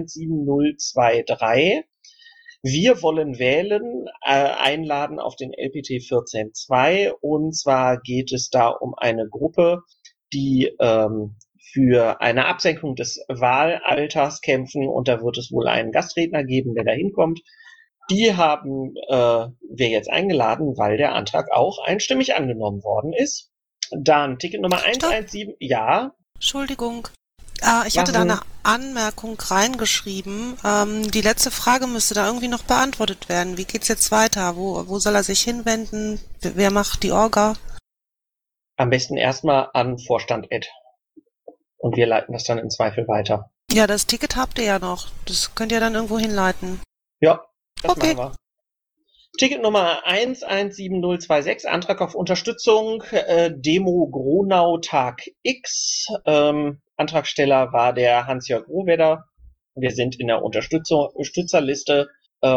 117023. Wir wollen wählen, einladen auf den LPT 14.2 und zwar geht es da um eine Gruppe, die für eine Absenkung des Wahlalters kämpfen und da wird es wohl einen Gastredner geben, der da hinkommt. Die haben wir jetzt eingeladen, weil der Antrag auch einstimmig angenommen worden ist. Dann Ticket Nummer 117, ja. Entschuldigung. Ich hatte da eine Anmerkung reingeschrieben. Die letzte Frage müsste da irgendwie noch beantwortet werden. Wie geht's jetzt weiter? Wo soll er sich hinwenden? Wer macht die Orga? Am besten erstmal an Vorstand Ed. Und wir leiten das dann im Zweifel weiter. Ja, das Ticket habt ihr ja noch. Das könnt ihr dann irgendwo hinleiten. Ja, das Okay. machen wir. Ticket Nummer 117026, Antrag auf Unterstützung, Demo Gronau Tag X. Antragsteller war der Hans-Jörg Rohwedder. Wir sind in der Unterstützerliste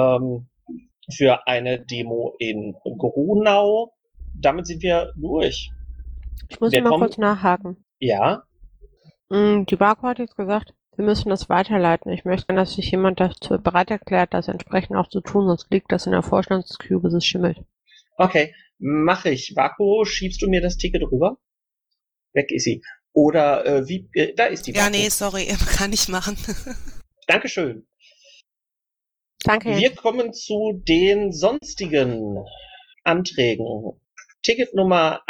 für eine Demo in Gronau. Damit sind wir durch. Ich muss mal kurz nachhaken. Ja, Die Barco hat jetzt gesagt, wir müssen das weiterleiten. Ich möchte, dass sich jemand dazu bereit erklärt, das entsprechend auch zu tun, sonst liegt das in der Vorstandsqueue, bis es schimmelt. okay, mache ich. Vako, schiebst du mir das Ticket rüber? Weg ist sie. Oder da ist die Vako. Ja, nee, sorry, kann ich machen. Dankeschön. Danke. Wir kommen zu den sonstigen Anträgen. Ticket Nummer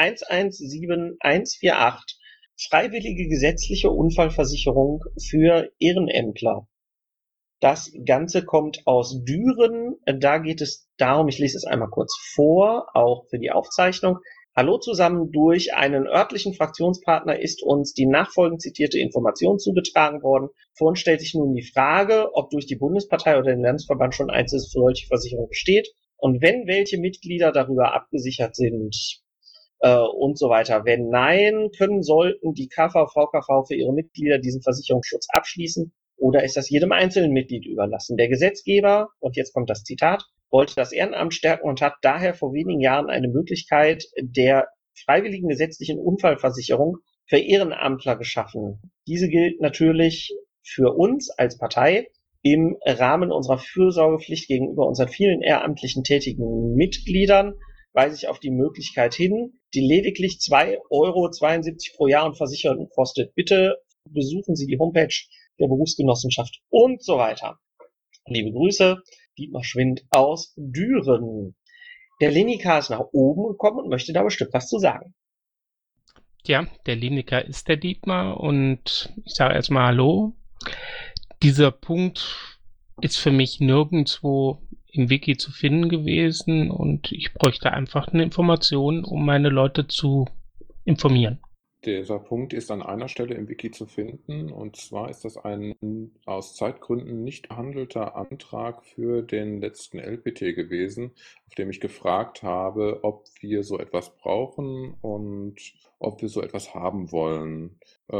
117148, freiwillige gesetzliche Unfallversicherung für Ehrenämtler. Das Ganze kommt aus Düren. Da geht es darum, ich lese es einmal kurz vor, auch für die Aufzeichnung. Hallo zusammen, durch einen örtlichen Fraktionspartner ist uns die nachfolgend zitierte Information zugetragen worden. Vor uns stellt sich nun die Frage, ob durch die Bundespartei oder den Landesverband schon eine solche Versicherung besteht und wenn welche Mitglieder darüber abgesichert sind und so weiter. Wenn nein, sollten die KVV für ihre Mitglieder diesen Versicherungsschutz abschließen oder ist das jedem einzelnen Mitglied überlassen? Der Gesetzgeber, und jetzt kommt das Zitat, wollte das Ehrenamt stärken und hat daher vor wenigen Jahren eine Möglichkeit der freiwilligen gesetzlichen Unfallversicherung für Ehrenamtler geschaffen. Diese gilt natürlich für uns als Partei im Rahmen unserer Fürsorgepflicht gegenüber unseren vielen ehrenamtlichen tätigen Mitgliedern, weise ich auf die Möglichkeit hin, die lediglich 2,72 € pro Jahr und Versicherung kostet. Bitte besuchen Sie die Homepage der Berufsgenossenschaft und so weiter. Liebe Grüße, Dietmar Schwind aus Düren. Der Linika ist nach oben gekommen und möchte da bestimmt was zu sagen. Ja, der Linika ist der Dietmar und ich sage erstmal Hallo. Dieser Punkt ist für mich nirgendwo im Wiki zu finden gewesen und ich bräuchte einfach eine Information, um meine Leute zu informieren. Dieser Punkt ist an einer Stelle im Wiki zu finden, und zwar ist das ein aus Zeitgründen nicht behandelter Antrag für den letzten LPT gewesen, auf dem ich gefragt habe, ob wir so etwas brauchen und ob wir so etwas haben wollen.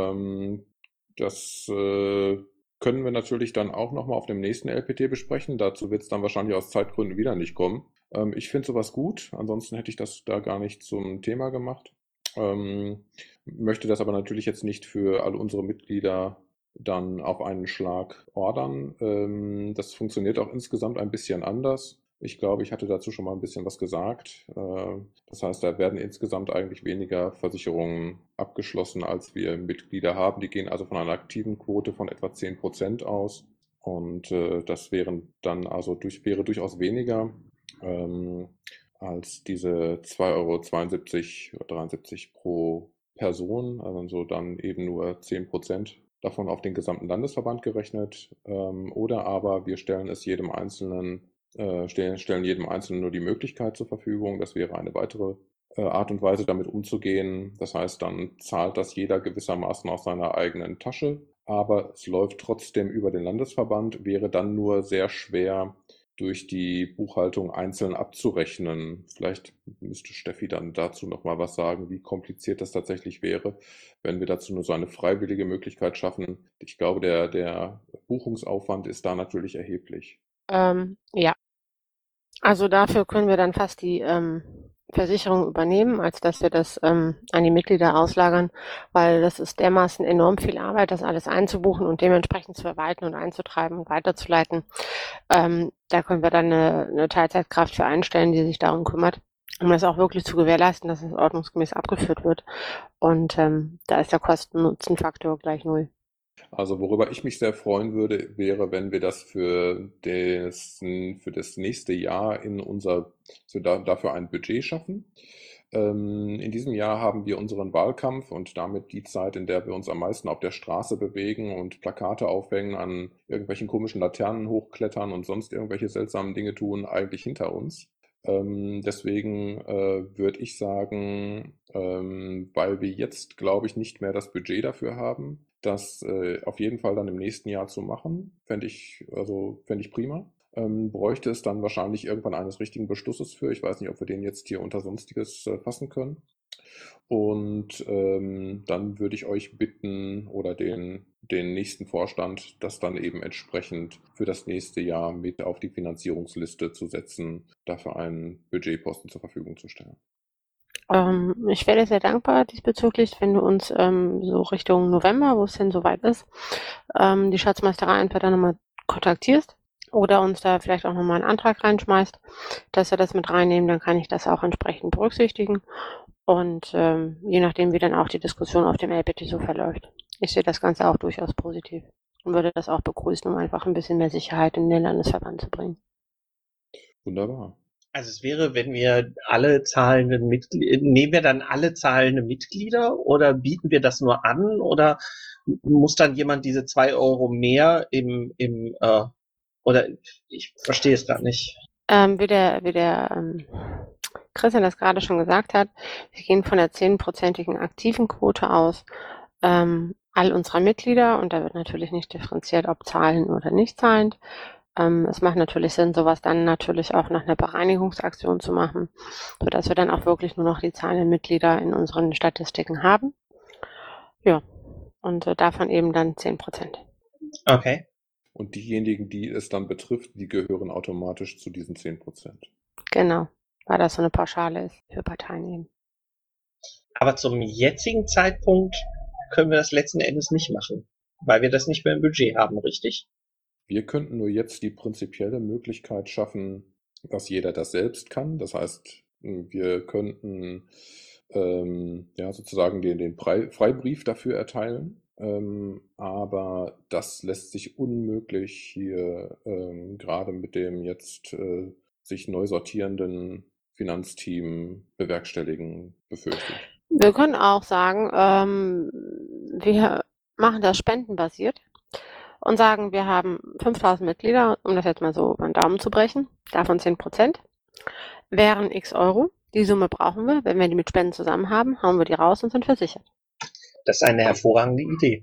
Das können wir natürlich dann auch nochmal auf dem nächsten LPT besprechen. Dazu wird es dann wahrscheinlich aus Zeitgründen wieder nicht kommen. Ich finde sowas gut, ansonsten hätte ich das da gar nicht zum Thema gemacht. Möchte das aber natürlich jetzt nicht für alle unsere Mitglieder dann auf einen Schlag ordern. Das funktioniert auch insgesamt ein bisschen anders. Ich glaube, ich hatte dazu schon mal ein bisschen was gesagt. Das heißt, da werden insgesamt eigentlich weniger Versicherungen abgeschlossen, als wir Mitglieder haben. Die gehen also von einer aktiven Quote von etwa 10% aus. Und das wären dann also wäre durchaus weniger als diese 2,72 Euro oder 73 pro Person, also dann eben nur 10% davon auf den gesamten Landesverband gerechnet. Oder aber wir stellen jedem Einzelnen nur die Möglichkeit zur Verfügung. Das wäre eine weitere Art und Weise, damit umzugehen. Das heißt, dann zahlt das jeder gewissermaßen aus seiner eigenen Tasche, aber es läuft trotzdem über den Landesverband, wäre dann nur sehr schwer durch die Buchhaltung einzeln abzurechnen. Vielleicht müsste Steffi dann dazu noch mal was sagen, wie kompliziert das tatsächlich wäre, wenn wir dazu nur so eine freiwillige Möglichkeit schaffen. Ich glaube, der Buchungsaufwand ist da natürlich erheblich. Ja, also dafür können wir dann fast die Versicherung übernehmen, als dass wir das an die Mitglieder auslagern, weil das ist dermaßen enorm viel Arbeit, das alles einzubuchen und dementsprechend zu verwalten und einzutreiben und weiterzuleiten. Da können wir dann eine Teilzeitkraft für einstellen, die sich darum kümmert, um das auch wirklich zu gewährleisten, dass es ordnungsgemäß abgeführt wird. Und da ist der Kosten-Nutzen-Faktor gleich 0. Also worüber ich mich sehr freuen würde, wäre, wenn wir das für das nächste Jahr dafür ein Budget schaffen. In diesem Jahr haben wir unseren Wahlkampf und damit die Zeit, in der wir uns am meisten auf der Straße bewegen und Plakate aufhängen, an irgendwelchen komischen Laternen hochklettern und sonst irgendwelche seltsamen Dinge tun, eigentlich hinter uns. Deswegen würde ich sagen, weil wir jetzt, glaube ich, nicht mehr das Budget dafür haben, das auf jeden Fall dann im nächsten Jahr zu machen, fände ich prima. Bräuchte es dann wahrscheinlich irgendwann eines richtigen Beschlusses für. Ich weiß nicht, ob wir den jetzt hier unter Sonstiges fassen können. Und dann würde ich euch bitten oder den nächsten Vorstand, das dann eben entsprechend für das nächste Jahr mit auf die Finanzierungsliste zu setzen, dafür einen Budgetposten zur Verfügung zu stellen. Ich wäre sehr dankbar diesbezüglich, wenn du uns so Richtung November, wo es denn soweit ist, die Schatzmeisterei einfach dann nochmal kontaktierst oder uns da vielleicht auch nochmal einen Antrag reinschmeißt, dass wir das mit reinnehmen, dann kann ich das auch entsprechend berücksichtigen. Und je nachdem, wie dann auch die Diskussion auf dem LPT so verläuft. Ich sehe das Ganze auch durchaus positiv und würde das auch begrüßen, um einfach ein bisschen mehr Sicherheit in den Landesverband zu bringen. Wunderbar. Also es wäre, wenn wir alle zahlenden Mitglieder, nehmen wir dann alle zahlende Mitglieder oder bieten wir das nur an oder muss dann jemand diese 2 Euro mehr oder ich verstehe es gerade nicht. Wie der Christian das gerade schon gesagt hat, wir gehen von der 10%igen aktiven Quote aus. All unserer Mitglieder, und da wird natürlich nicht differenziert, ob zahlend oder nicht zahlend. Es macht natürlich Sinn, sowas dann natürlich auch nach einer Bereinigungsaktion zu machen, sodass wir dann auch wirklich nur noch die zahlenden Mitglieder in unseren Statistiken haben. Ja, und davon eben dann 10%. Okay. Und diejenigen, die es dann betrifft, die gehören automatisch zu diesen 10%. Genau, weil das so eine Pauschale ist für Parteien eben. Aber zum jetzigen Zeitpunkt können wir das letzten Endes nicht machen, weil wir das nicht mehr im Budget haben, richtig? Wir könnten nur jetzt die prinzipielle Möglichkeit schaffen, dass jeder das selbst kann. Das heißt, wir könnten sozusagen den Freibrief dafür erteilen. Aber das lässt sich unmöglich hier gerade mit dem jetzt sich neu sortierenden Finanzteam bewerkstelligen, befürchte ich. Wir können auch sagen, wir machen das spendenbasiert und sagen, wir haben 5000 Mitglieder, um das jetzt mal so über den Daumen zu brechen, davon 10%, wären x Euro. Die Summe brauchen wir. Wenn wir die mit Spenden zusammen haben, hauen wir die raus und sind versichert. Das ist eine hervorragende Idee.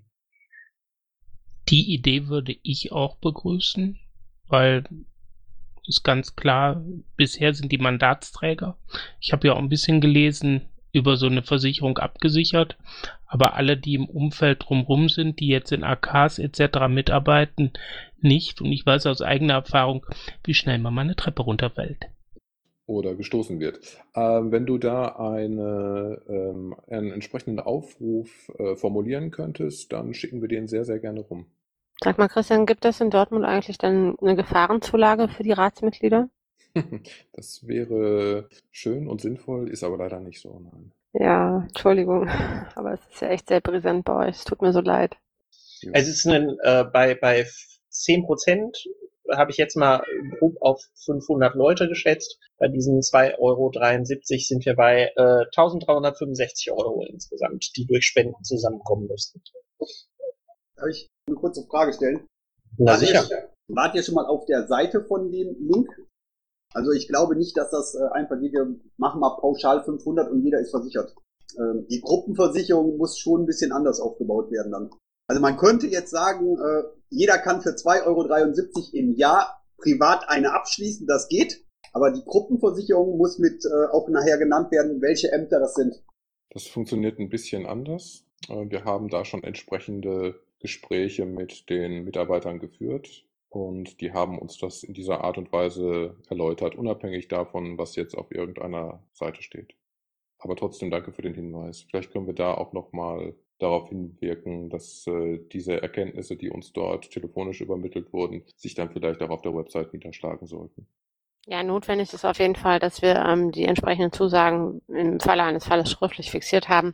Die Idee würde ich auch begrüßen, weil ist ganz klar, bisher sind die Mandatsträger. Ich habe ja auch ein bisschen gelesen, über so eine Versicherung abgesichert, aber alle, die im Umfeld drumherum sind, die jetzt in AKs etc. mitarbeiten, nicht. Und ich weiß aus eigener Erfahrung, wie schnell man mal eine Treppe runterfällt. Oder gestoßen wird. Wenn du da einen entsprechenden Aufruf formulieren könntest, dann schicken wir den sehr, sehr gerne rum. Sag mal, Christian, gibt es in Dortmund eigentlich dann eine Gefahrenzulage für die Ratsmitglieder? Das wäre schön und sinnvoll, ist aber leider nicht so, nein. Ja, Entschuldigung, aber es ist ja echt sehr brisant bei euch. Es tut mir so leid. Es ist bei 10% habe ich jetzt mal grob auf 500 Leute geschätzt. Bei diesen 2,73 € sind wir bei 1.365 € insgesamt, die durch Spenden zusammenkommen müssten. Darf ich eine kurze Frage stellen? Na sicher. Wart ihr schon mal auf der Seite von dem Link? Also ich glaube nicht, dass das einfach geht, wir machen mal pauschal 500 und jeder ist versichert. Die Gruppenversicherung muss schon ein bisschen anders aufgebaut werden dann. Also man könnte jetzt sagen, jeder kann für 2,73 € im Jahr privat eine abschließen, das geht. Aber die Gruppenversicherung muss mit auch nachher genannt werden, welche Ämter das sind. Das funktioniert ein bisschen anders. Wir haben da schon entsprechende Gespräche mit den Mitarbeitern geführt und die haben uns das in dieser Art und Weise erläutert, unabhängig davon, was jetzt auf irgendeiner Seite steht. Aber trotzdem danke für den Hinweis. Vielleicht können wir da auch nochmal darauf hinwirken, dass diese Erkenntnisse, die uns dort telefonisch übermittelt wurden, sich dann vielleicht auch auf der Website niederschlagen sollten. Ja, notwendig ist auf jeden Fall, dass wir die entsprechenden Zusagen im Falle eines Falles schriftlich fixiert haben,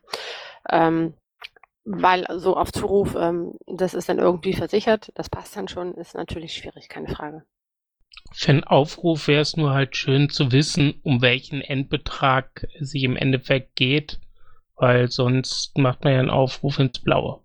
weil so auf Zuruf, das ist dann irgendwie versichert, das passt dann schon, ist natürlich schwierig, keine Frage. Für einen Aufruf wäre es nur halt schön zu wissen, um welchen Endbetrag es sich im Endeffekt geht, weil sonst macht man ja einen Aufruf ins Blaue.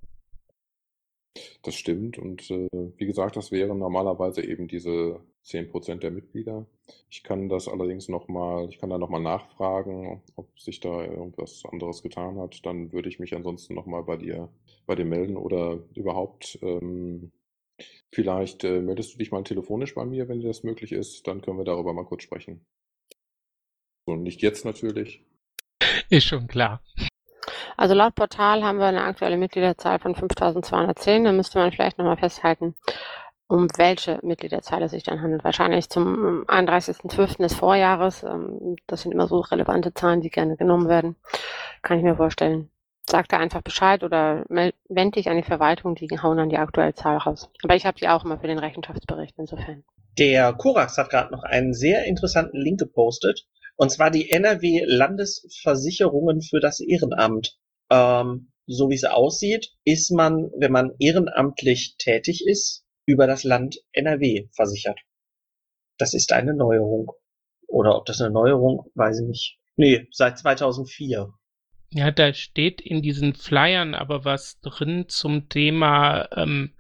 Das stimmt und wie gesagt, das wären normalerweise eben diese 10% der Mitglieder. Ich kann das allerdings nochmal nachfragen, ob sich da irgendwas anderes getan hat. Dann würde ich mich ansonsten nochmal bei dir melden oder überhaupt vielleicht meldest du dich mal telefonisch bei mir, wenn dir das möglich ist. Dann können wir darüber mal kurz sprechen. So, nicht jetzt natürlich. Ist schon klar. Also laut Portal haben wir eine aktuelle Mitgliederzahl von 5.210. Da müsste man vielleicht nochmal festhalten, um welche Mitgliederzahl es sich dann handelt. Wahrscheinlich zum 31.12. des Vorjahres. Das sind immer so relevante Zahlen, die gerne genommen werden. Kann ich mir vorstellen. Sagt da einfach Bescheid oder wende dich an die Verwaltung, die hauen dann die aktuelle Zahl raus. Aber ich habe die auch immer für den Rechenschaftsbericht insofern. Der Korax hat gerade noch einen sehr interessanten Link gepostet. Und zwar die NRW-Landesversicherungen für das Ehrenamt. So wie es aussieht, ist man, wenn man ehrenamtlich tätig ist, über das Land NRW versichert. Das ist eine Neuerung. Oder ob das eine Neuerung, weiß ich nicht. Nee, seit 2004. Ja, da steht in diesen Flyern aber was drin zum Thema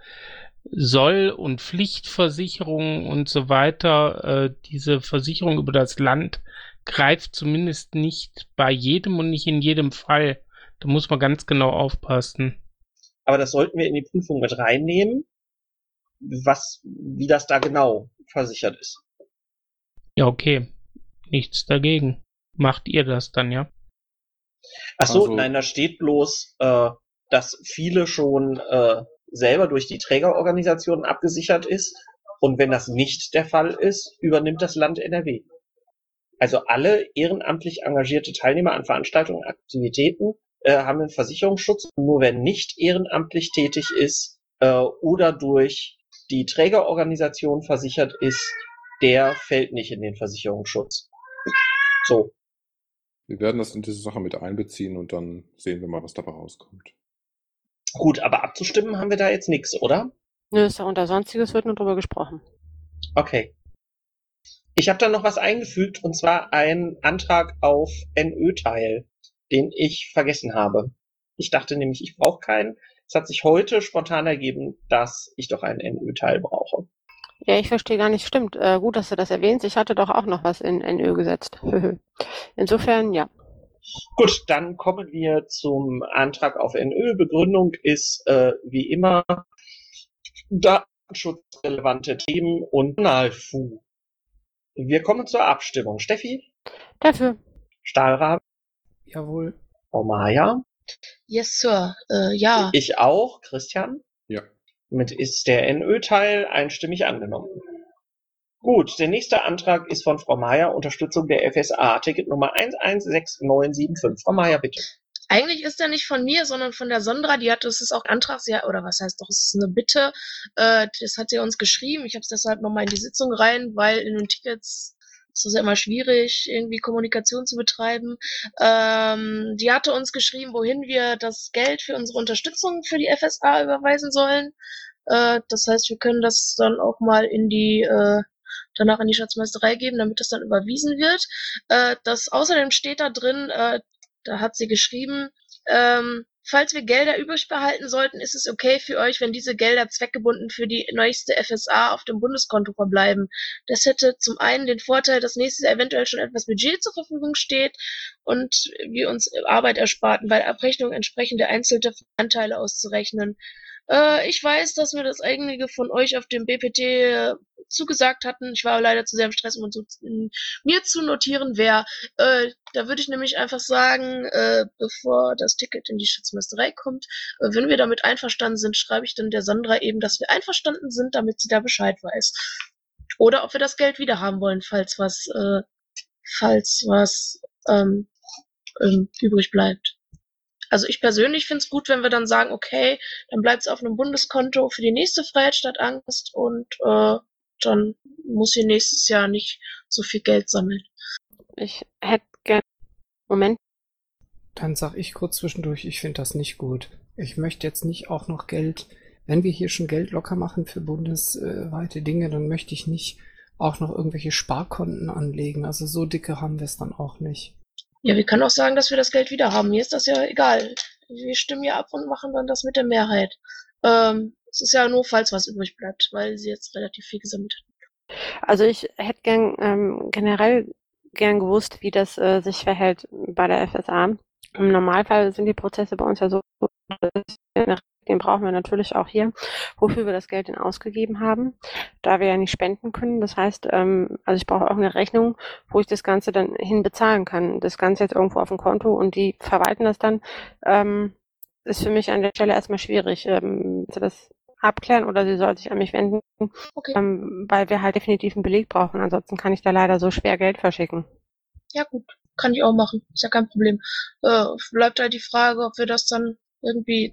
Soll- und Pflichtversicherung und so weiter. Diese Versicherung über das Land greift zumindest nicht bei jedem und nicht in jedem Fall. Da muss man ganz genau aufpassen. Aber das sollten wir in die Prüfung mit reinnehmen, wie das da genau versichert ist. Ja, okay. Nichts dagegen. Macht ihr das dann, ja? Ach so, Also- nein, da steht bloß, dass viele schon selber durch die Trägerorganisationen abgesichert ist. Und wenn das nicht der Fall ist, übernimmt das Land NRW. Also alle ehrenamtlich engagierte Teilnehmer an Veranstaltungen und Aktivitäten haben einen Versicherungsschutz. Nur wer nicht ehrenamtlich tätig ist oder durch die Trägerorganisation versichert ist, der fällt nicht in den Versicherungsschutz. So. Wir werden das in diese Sache mit einbeziehen und dann sehen wir mal, was dabei rauskommt. Gut, aber abzustimmen haben wir da jetzt nichts, oder? Nö, ist ja unter Sonstiges, wird nur drüber gesprochen. Okay. Ich habe da noch was eingefügt, und zwar einen Antrag auf NÖ-Teil, den ich vergessen habe. Ich dachte nämlich, ich brauche keinen. Es hat sich heute spontan ergeben, dass ich doch einen NÖ-Teil brauche. Ja, ich verstehe gar nicht. Stimmt. Gut, dass du das erwähnst. Ich hatte doch auch noch was in NÖ gesetzt. Insofern, ja. Gut, dann kommen wir zum Antrag auf NÖ. Begründung ist wie immer datenschutzrelevante Themen und NALFU. Wir kommen zur Abstimmung. Steffi? Dafür. Stahlrabe? Jawohl. Frau Maja? Yes, Sir. Ja. Ich auch. Christian? Ja. Damit ist der NÖ-Teil einstimmig angenommen. Gut, der nächste Antrag ist von Frau Maja, Unterstützung der FSA, Ticket Nummer 116975. Frau Maja, bitte. Eigentlich ist der nicht von mir, sondern von der Sondra. Die hat, das ist auch Antrag, oder was heißt doch, es ist eine Bitte. Das hat sie uns geschrieben. Ich habe es deshalb nochmal in die Sitzung rein, weil in den Tickets Es ist ja immer schwierig, irgendwie Kommunikation zu betreiben. Die hatte uns geschrieben, wohin wir das Geld für unsere Unterstützung für die FSA überweisen sollen. Das heißt, wir können das dann auch mal danach in die Schatzmeisterei geben, damit das dann überwiesen wird. Außerdem steht da drin, da hat sie geschrieben, falls wir Gelder übrig behalten sollten, ist es okay für euch, wenn diese Gelder zweckgebunden für die nächste FSA auf dem Bundeskonto verbleiben. Das hätte zum einen den Vorteil, dass nächstes Jahr eventuell schon etwas Budget zur Verfügung steht und wir uns Arbeit ersparten, bei der Abrechnung entsprechende einzelne Anteile auszurechnen. Ich weiß, dass mir das einige von euch auf dem BPT zugesagt hatten. Ich war leider zu sehr im Stress, um mir zu notieren, wer. Da würde ich nämlich einfach sagen, bevor das Ticket in die Schatzmeisterei kommt, wenn wir damit einverstanden sind, schreibe ich dann der Sandra eben, dass wir einverstanden sind, damit sie da Bescheid weiß. Oder ob wir das Geld wieder haben wollen, falls was übrig bleibt. Also ich persönlich finde es gut, wenn wir dann sagen, okay, dann bleibt es auf einem Bundeskonto für die nächste Freiheit statt Angst und dann muss sie nächstes Jahr nicht so viel Geld sammeln. Ich hätte gerne... Moment. Dann sag ich kurz zwischendurch, ich finde das nicht gut. Ich möchte jetzt nicht auch noch Geld, wenn wir hier schon Geld locker machen für bundesweite Dinge, dann möchte ich nicht auch noch irgendwelche Sparkonten anlegen. Also so dicke haben wir es dann auch nicht. Ja, wir können auch sagen, dass wir das Geld wieder haben. Mir ist das ja egal. Wir stimmen ja ab und machen dann das mit der Mehrheit. Es ist ja nur, falls was übrig bleibt, weil sie jetzt relativ viel gesammelt hat. Also ich hätte generell gern gewusst, wie das sich verhält bei der FSA. Im Normalfall sind die Prozesse bei uns ja so, den brauchen wir natürlich auch hier, wofür wir das Geld denn ausgegeben haben, da wir ja nicht spenden können. Das heißt, also ich brauche auch eine Rechnung, wo ich das Ganze dann hin bezahlen kann. Das Ganze jetzt irgendwo auf dem Konto und die verwalten das dann, ist für mich an der Stelle erstmal schwierig. Sie das abklären oder sie soll sich an mich wenden, Okay. Weil wir halt definitiv einen Beleg brauchen. Ansonsten kann ich da leider so schwer Geld verschicken. Ja gut, kann ich auch machen. Ist ja kein Problem. Bleibt halt die Frage, ob wir das dann irgendwie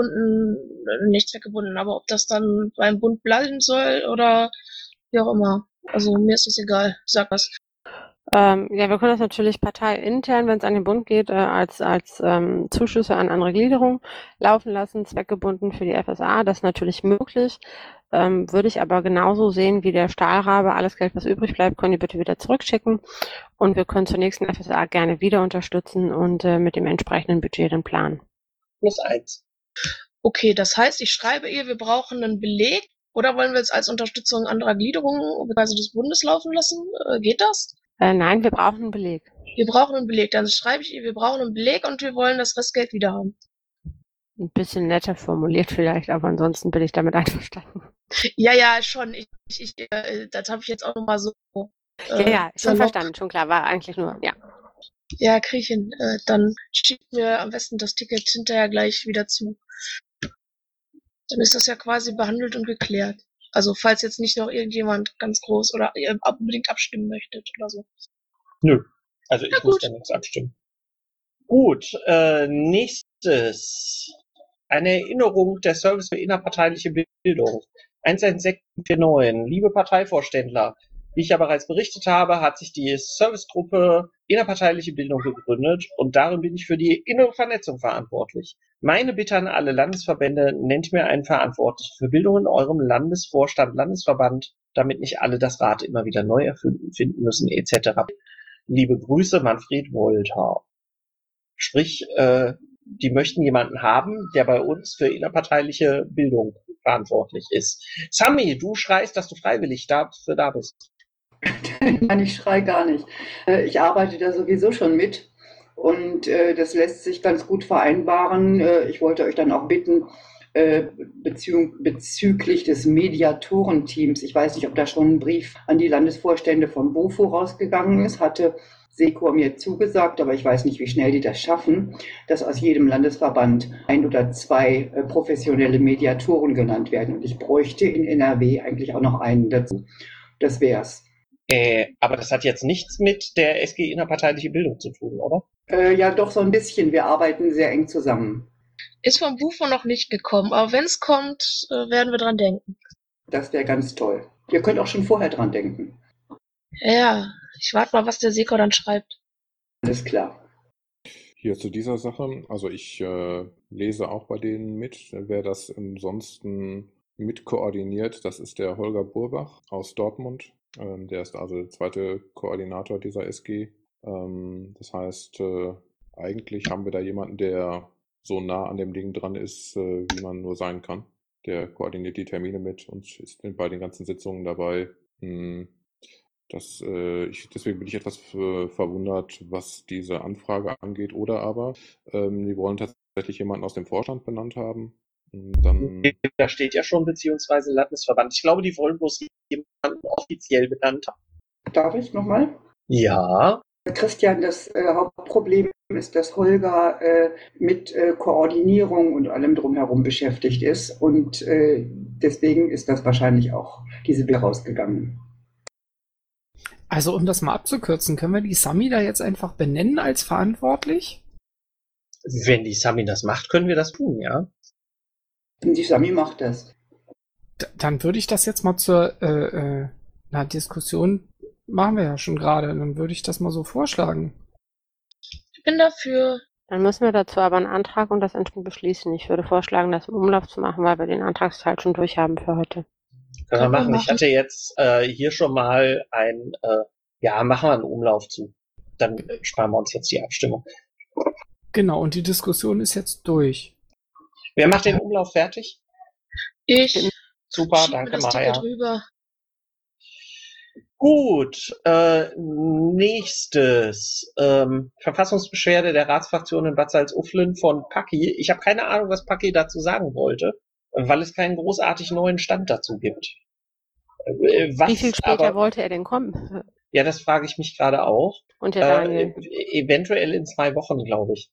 nicht zweckgebunden, aber ob das dann beim Bund bleiben soll oder wie auch immer. Also mir ist es egal. Sag was. Ja, wir können das natürlich parteiintern, wenn es an den Bund geht, als Zuschüsse an andere Gliederungen laufen lassen, zweckgebunden für die FSA. Das ist natürlich möglich. Würde ich aber genauso sehen wie der Stahlrabe. Alles Geld, was übrig bleibt, können die bitte wieder zurückschicken. Und wir können zur nächsten FSA gerne wieder unterstützen und mit dem entsprechenden Budget dann planen. +1. Okay, das heißt, ich schreibe ihr, wir brauchen einen Beleg. Oder wollen wir es als Unterstützung anderer Gliederungen bzw. des Bundes laufen lassen? Geht das? Nein, wir brauchen einen Beleg. Wir brauchen einen Beleg. Dann schreibe ich ihr, wir brauchen einen Beleg und wir wollen das Restgeld wieder haben. Ein bisschen netter formuliert vielleicht, aber ansonsten bin ich damit einverstanden. Ja, schon. Das habe ich jetzt auch nochmal so. Ja, schon verstanden, schon klar. War eigentlich nur, ja. Ja, krieg ich hin. Dann schickt mir am besten das Ticket hinterher gleich wieder zu. Dann ist das ja quasi behandelt und geklärt. Also falls jetzt nicht noch irgendjemand ganz groß oder ihr unbedingt abstimmen möchtet oder so. Nö. Also ich muss da nichts abstimmen. Gut, nächstes. Eine Erinnerung der Service für innerparteiliche Bildung. 11649. Liebe Parteivorständler, wie ich ja bereits berichtet habe, hat sich die Servicegruppe innerparteiliche Bildung gegründet und darin bin ich für die innere Vernetzung verantwortlich. Meine Bitte an alle Landesverbände, nennt mir einen Verantwortlichen für Bildung in eurem Landesvorstand, Landesverband, damit nicht alle das Rad immer wieder neu erfinden müssen, etc. Liebe Grüße, Manfred Wolter. Sprich, die möchten jemanden haben, der bei uns für innerparteiliche Bildung verantwortlich ist. Sami, du schreist, dass du freiwillig da bist. Nein, ich schreie gar nicht. Ich arbeite da sowieso schon mit und das lässt sich ganz gut vereinbaren. Ich wollte euch dann auch bitten, bezüglich des Mediatorenteams, ich weiß nicht, ob da schon ein Brief an die Landesvorstände vom BOFO rausgegangen ist, hatte SECO mir zugesagt, aber ich weiß nicht, wie schnell die das schaffen, dass aus jedem Landesverband 1 oder 2 professionelle Mediatoren genannt werden. Und ich bräuchte in NRW eigentlich auch noch einen dazu. Das wär's. Aber das hat jetzt nichts mit der SG innerparteiliche Bildung zu tun, oder? Ja, doch so ein bisschen. Wir arbeiten sehr eng zusammen. Ist vom BUFO noch nicht gekommen, aber wenn es kommt, werden wir dran denken. Das wäre ganz toll. Ihr könnt auch schon vorher dran denken. Ja, ich warte mal, was der Seko dann schreibt. Alles klar. Hier zu dieser Sache, also ich lese auch bei denen mit. Wer das ansonsten mit koordiniert, das ist der Holger Burbach aus Dortmund. Der ist also der zweite Koordinator dieser SG. Das heißt, eigentlich haben wir da jemanden, der so nah an dem Ding dran ist, wie man nur sein kann. Der koordiniert die Termine mit und ist bei den ganzen Sitzungen dabei. Deswegen bin ich etwas verwundert, was diese Anfrage angeht. Oder aber, die wollen tatsächlich jemanden aus dem Vorstand benannt haben. Dann Da steht ja schon, beziehungsweise Landesverband. Ich glaube, die wollen bloß jemanden offiziell benannt haben. Darf ich nochmal? Ja. Christian, das Hauptproblem ist, dass Holger mit Koordinierung und allem drumherum beschäftigt ist. Und deswegen ist das wahrscheinlich auch diese Bill rausgegangen. Also um das mal abzukürzen, können wir die Sami da jetzt einfach benennen als verantwortlich? Wenn die Sami das macht, können wir das tun, ja. Die Sami macht das. Dann würde ich das jetzt mal zur Diskussion, machen wir ja schon gerade, dann würde ich das mal so vorschlagen. Ich bin dafür. Dann müssen wir dazu aber einen Antrag und das entsprechend beschließen. Ich würde vorschlagen, das im Umlauf zu machen, weil wir den Antragsteil schon durch haben für heute. Können wir machen. Ich hatte jetzt hier schon mal machen wir einen Umlauf zu. Dann sparen wir uns jetzt die Abstimmung. Genau, und die Diskussion ist jetzt durch. Wer macht den Umlauf fertig? Ich. Super, danke das Maja. Ticket rüber. Gut, nächstes. Verfassungsbeschwerde der Ratsfraktion in Bad Salzuflen von Paki. Ich habe keine Ahnung, was Paki dazu sagen wollte, weil es keinen großartig neuen Stand dazu gibt. Wie viel später wollte er denn kommen? Ja, das frage ich mich gerade auch. Und der Daniel? Eventuell in 2 Wochen, glaube ich.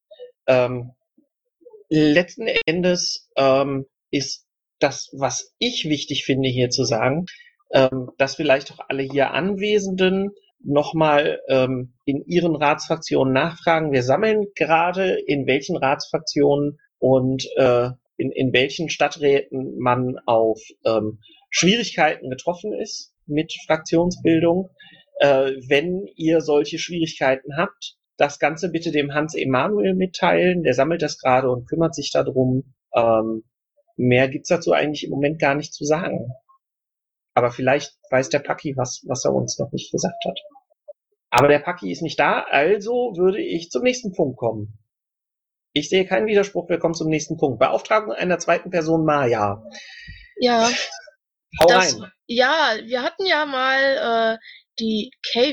Letzten Endes ist das, was ich wichtig finde, hier zu sagen, dass vielleicht auch alle hier Anwesenden nochmal in ihren Ratsfraktionen nachfragen. Wir sammeln gerade, in welchen Ratsfraktionen und in welchen Stadträten man auf Schwierigkeiten getroffen ist mit Fraktionsbildung. Wenn ihr solche Schwierigkeiten habt, das Ganze bitte dem Hans Emanuel mitteilen. Der sammelt das gerade und kümmert sich darum. Mehr gibt's dazu eigentlich im Moment gar nicht zu sagen. Aber vielleicht weiß der Paki was er uns noch nicht gesagt hat. Aber der Paki ist nicht da, also würde ich zum nächsten Punkt kommen. Ich sehe keinen Widerspruch, wir kommen zum nächsten Punkt. Beauftragung einer zweiten Person, Maja. Ja. Hau rein. Ja, wir hatten ja mal die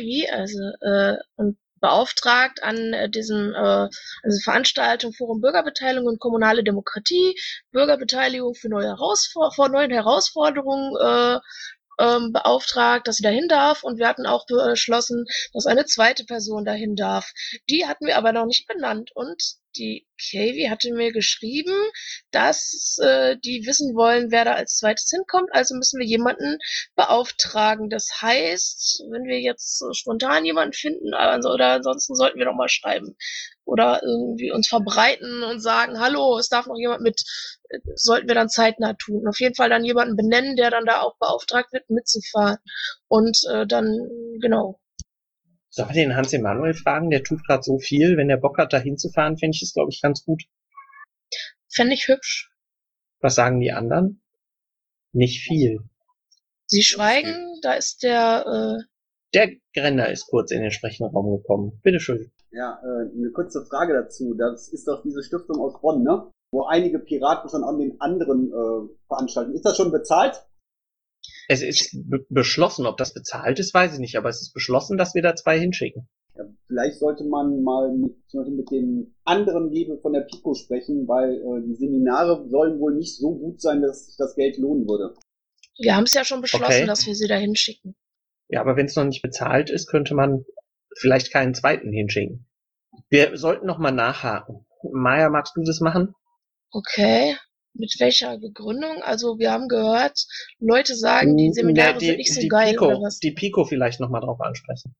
KV, und beauftragt an dieser Veranstaltung Forum Bürgerbeteiligung und kommunale Demokratie, Bürgerbeteiligung für vor neuen Herausforderungen beauftragt, dass sie dahin darf, und wir hatten auch beschlossen, dass eine zweite Person dahin darf. Die hatten wir aber noch nicht benannt, und die Kavi hatte mir geschrieben, dass die wissen wollen, wer da als zweites hinkommt, also müssen wir jemanden beauftragen. Das heißt, wenn wir jetzt spontan jemanden finden, oder ansonsten sollten wir doch mal schreiben oder irgendwie uns verbreiten und sagen, hallo, es darf noch jemand mit, sollten wir dann zeitnah tun. Auf jeden Fall dann jemanden benennen, der dann da auch beauftragt wird, mitzufahren. Und dann, genau. Sollen wir den Hans Emanuel fragen? Der tut gerade so viel. Wenn der Bock hat, da hinzufahren, fände ich das, glaube ich, ganz gut. Fände ich hübsch. Was sagen die anderen? Nicht viel. Sie schweigen, da ist der Grenner ist kurz in den sprechenden Raum gekommen. Bitteschön. Ja, eine kurze Frage dazu. Das ist doch diese Stiftung aus Bonn, ne? Wo einige Piraten schon an den anderen veranstalten. Ist das schon bezahlt? Es ist beschlossen. Ob das bezahlt ist, weiß ich nicht. Aber es ist beschlossen, dass wir da 2 hinschicken. Ja, vielleicht sollte man mal mit den anderen Hebel von der Pico sprechen, weil die Seminare sollen wohl nicht so gut sein, dass sich das Geld lohnen würde. Wir haben es ja schon beschlossen, dass wir sie da hinschicken. Ja, aber wenn es noch nicht bezahlt ist, könnte man vielleicht keinen zweiten hinschicken. Wir sollten noch mal nachhaken. Maja, magst du das machen? Okay. Mit welcher Begründung? Also wir haben gehört, Leute sagen, die Seminare sind nicht so geil, Pico, oder was? Die Pico vielleicht noch mal drauf ansprechen.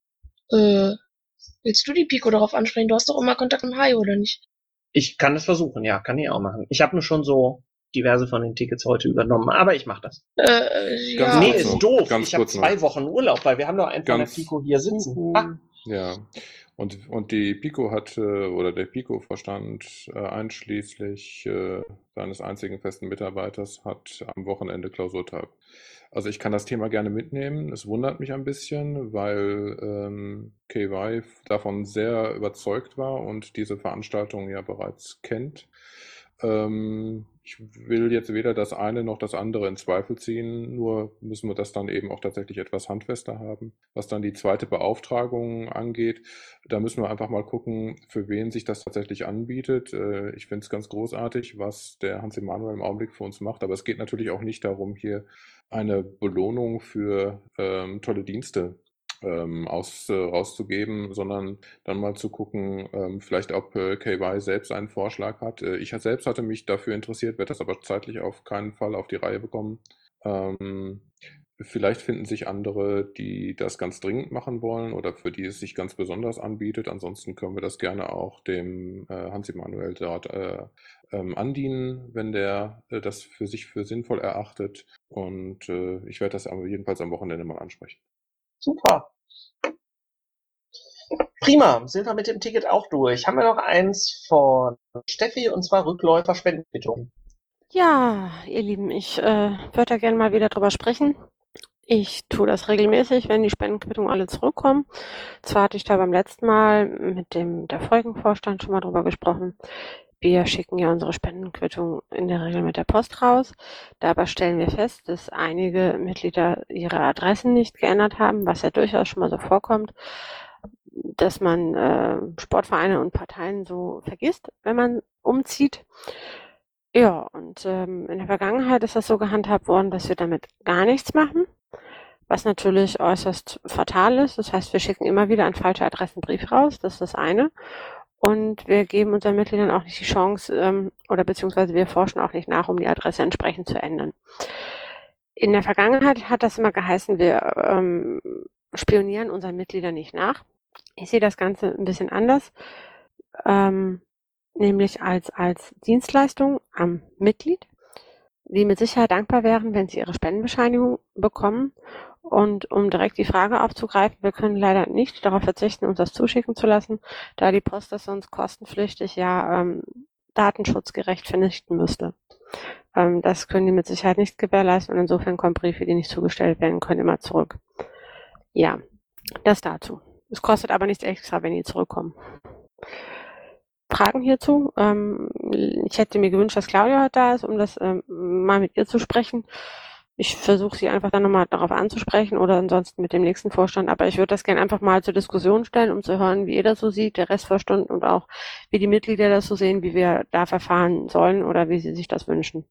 Willst du die Pico darauf ansprechen? Du hast doch immer Kontakt mit Hajo, oder nicht? Ich kann das versuchen, ja, kann ich auch machen. Ich habe nur schon so diverse von den Tickets heute übernommen, aber ich mache das. Ja. Nee, kurz ist noch, doof. ganz Ich habe kurz 2 noch. Wochen Urlaub, weil wir haben noch einen von der Ganz- Pico hier sitzen. Ah, Ja, und die Pico hat, oder der Pico-Vorstand einschließlich seines einzigen festen Mitarbeiters hat am Wochenende Klausurtag. Also ich kann das Thema gerne mitnehmen. Es wundert mich ein bisschen, weil KY davon sehr überzeugt war und diese Veranstaltung ja bereits kennt. Ich will jetzt weder das eine noch das andere in Zweifel ziehen, nur müssen wir das dann eben auch tatsächlich etwas handfester haben. Was dann die zweite Beauftragung angeht, da müssen wir einfach mal gucken, für wen sich das tatsächlich anbietet. Ich finde es ganz großartig, was der Hans Emanuel im Augenblick für uns macht, aber es geht natürlich auch nicht darum, hier eine Belohnung für tolle Dienste rauszugeben, sondern dann mal zu gucken, vielleicht ob KY selbst einen Vorschlag hat. Ich selbst hatte mich dafür interessiert, werde das aber zeitlich auf keinen Fall auf die Reihe bekommen. Vielleicht finden sich andere, die das ganz dringend machen wollen oder für die es sich ganz besonders anbietet. Ansonsten können wir das gerne auch dem Hans Emanuel dort andienen, wenn der das für sich für sinnvoll erachtet. Und ich werde das aber jedenfalls am Wochenende mal ansprechen. super. Prima, sind wir mit dem Ticket auch durch. Haben wir noch eins von Steffi, und zwar Rückläufer-Spendenquittung. Ja, ihr Lieben, ich würde da gerne mal wieder drüber sprechen. Ich tue das regelmäßig, wenn die Spendenquittungen alle zurückkommen. Zwar hatte ich da beim letzten Mal mit der Folgenvorstand schon mal drüber gesprochen. Wir schicken ja unsere Spendenquittung in der Regel mit der Post raus. Dabei stellen wir fest, dass einige Mitglieder ihre Adressen nicht geändert haben, was ja durchaus schon mal so vorkommt, dass man Sportvereine und Parteien so vergisst, wenn man umzieht. Ja, und in der Vergangenheit ist das so gehandhabt worden, dass wir damit gar nichts machen, was natürlich äußerst fatal ist. Das heißt, wir schicken immer wieder an falsche Adressen Brief raus, das ist das eine. Und wir geben unseren Mitgliedern auch nicht die Chance, oder beziehungsweise wir forschen auch nicht nach, um die Adresse entsprechend zu ändern. In der Vergangenheit hat das immer geheißen, wir spionieren unseren Mitgliedern nicht nach. Ich sehe das Ganze ein bisschen anders, nämlich als Dienstleistung am Mitglied, die mit Sicherheit dankbar wären, wenn sie ihre Spendenbescheinigung bekommen. Und um direkt die Frage aufzugreifen, wir können leider nicht darauf verzichten, uns das zuschicken zu lassen, da die Post das sonst kostenpflichtig datenschutzgerecht vernichten müsste. Das können die mit Sicherheit nicht gewährleisten und insofern kommen Briefe, die nicht zugestellt werden können, immer zurück. Ja, das dazu. Es kostet aber nichts extra, wenn die zurückkommen. Fragen hierzu? Ich hätte mir gewünscht, dass Claudia heute da ist, um das mal mit ihr zu sprechen. Ich versuche sie einfach dann nochmal darauf anzusprechen oder ansonsten mit dem nächsten Vorstand. Aber ich würde das gerne einfach mal zur Diskussion stellen, um zu hören, wie ihr das so sieht, der Restvorstand und auch wie die Mitglieder das so sehen, wie wir da verfahren sollen oder wie sie sich das wünschen.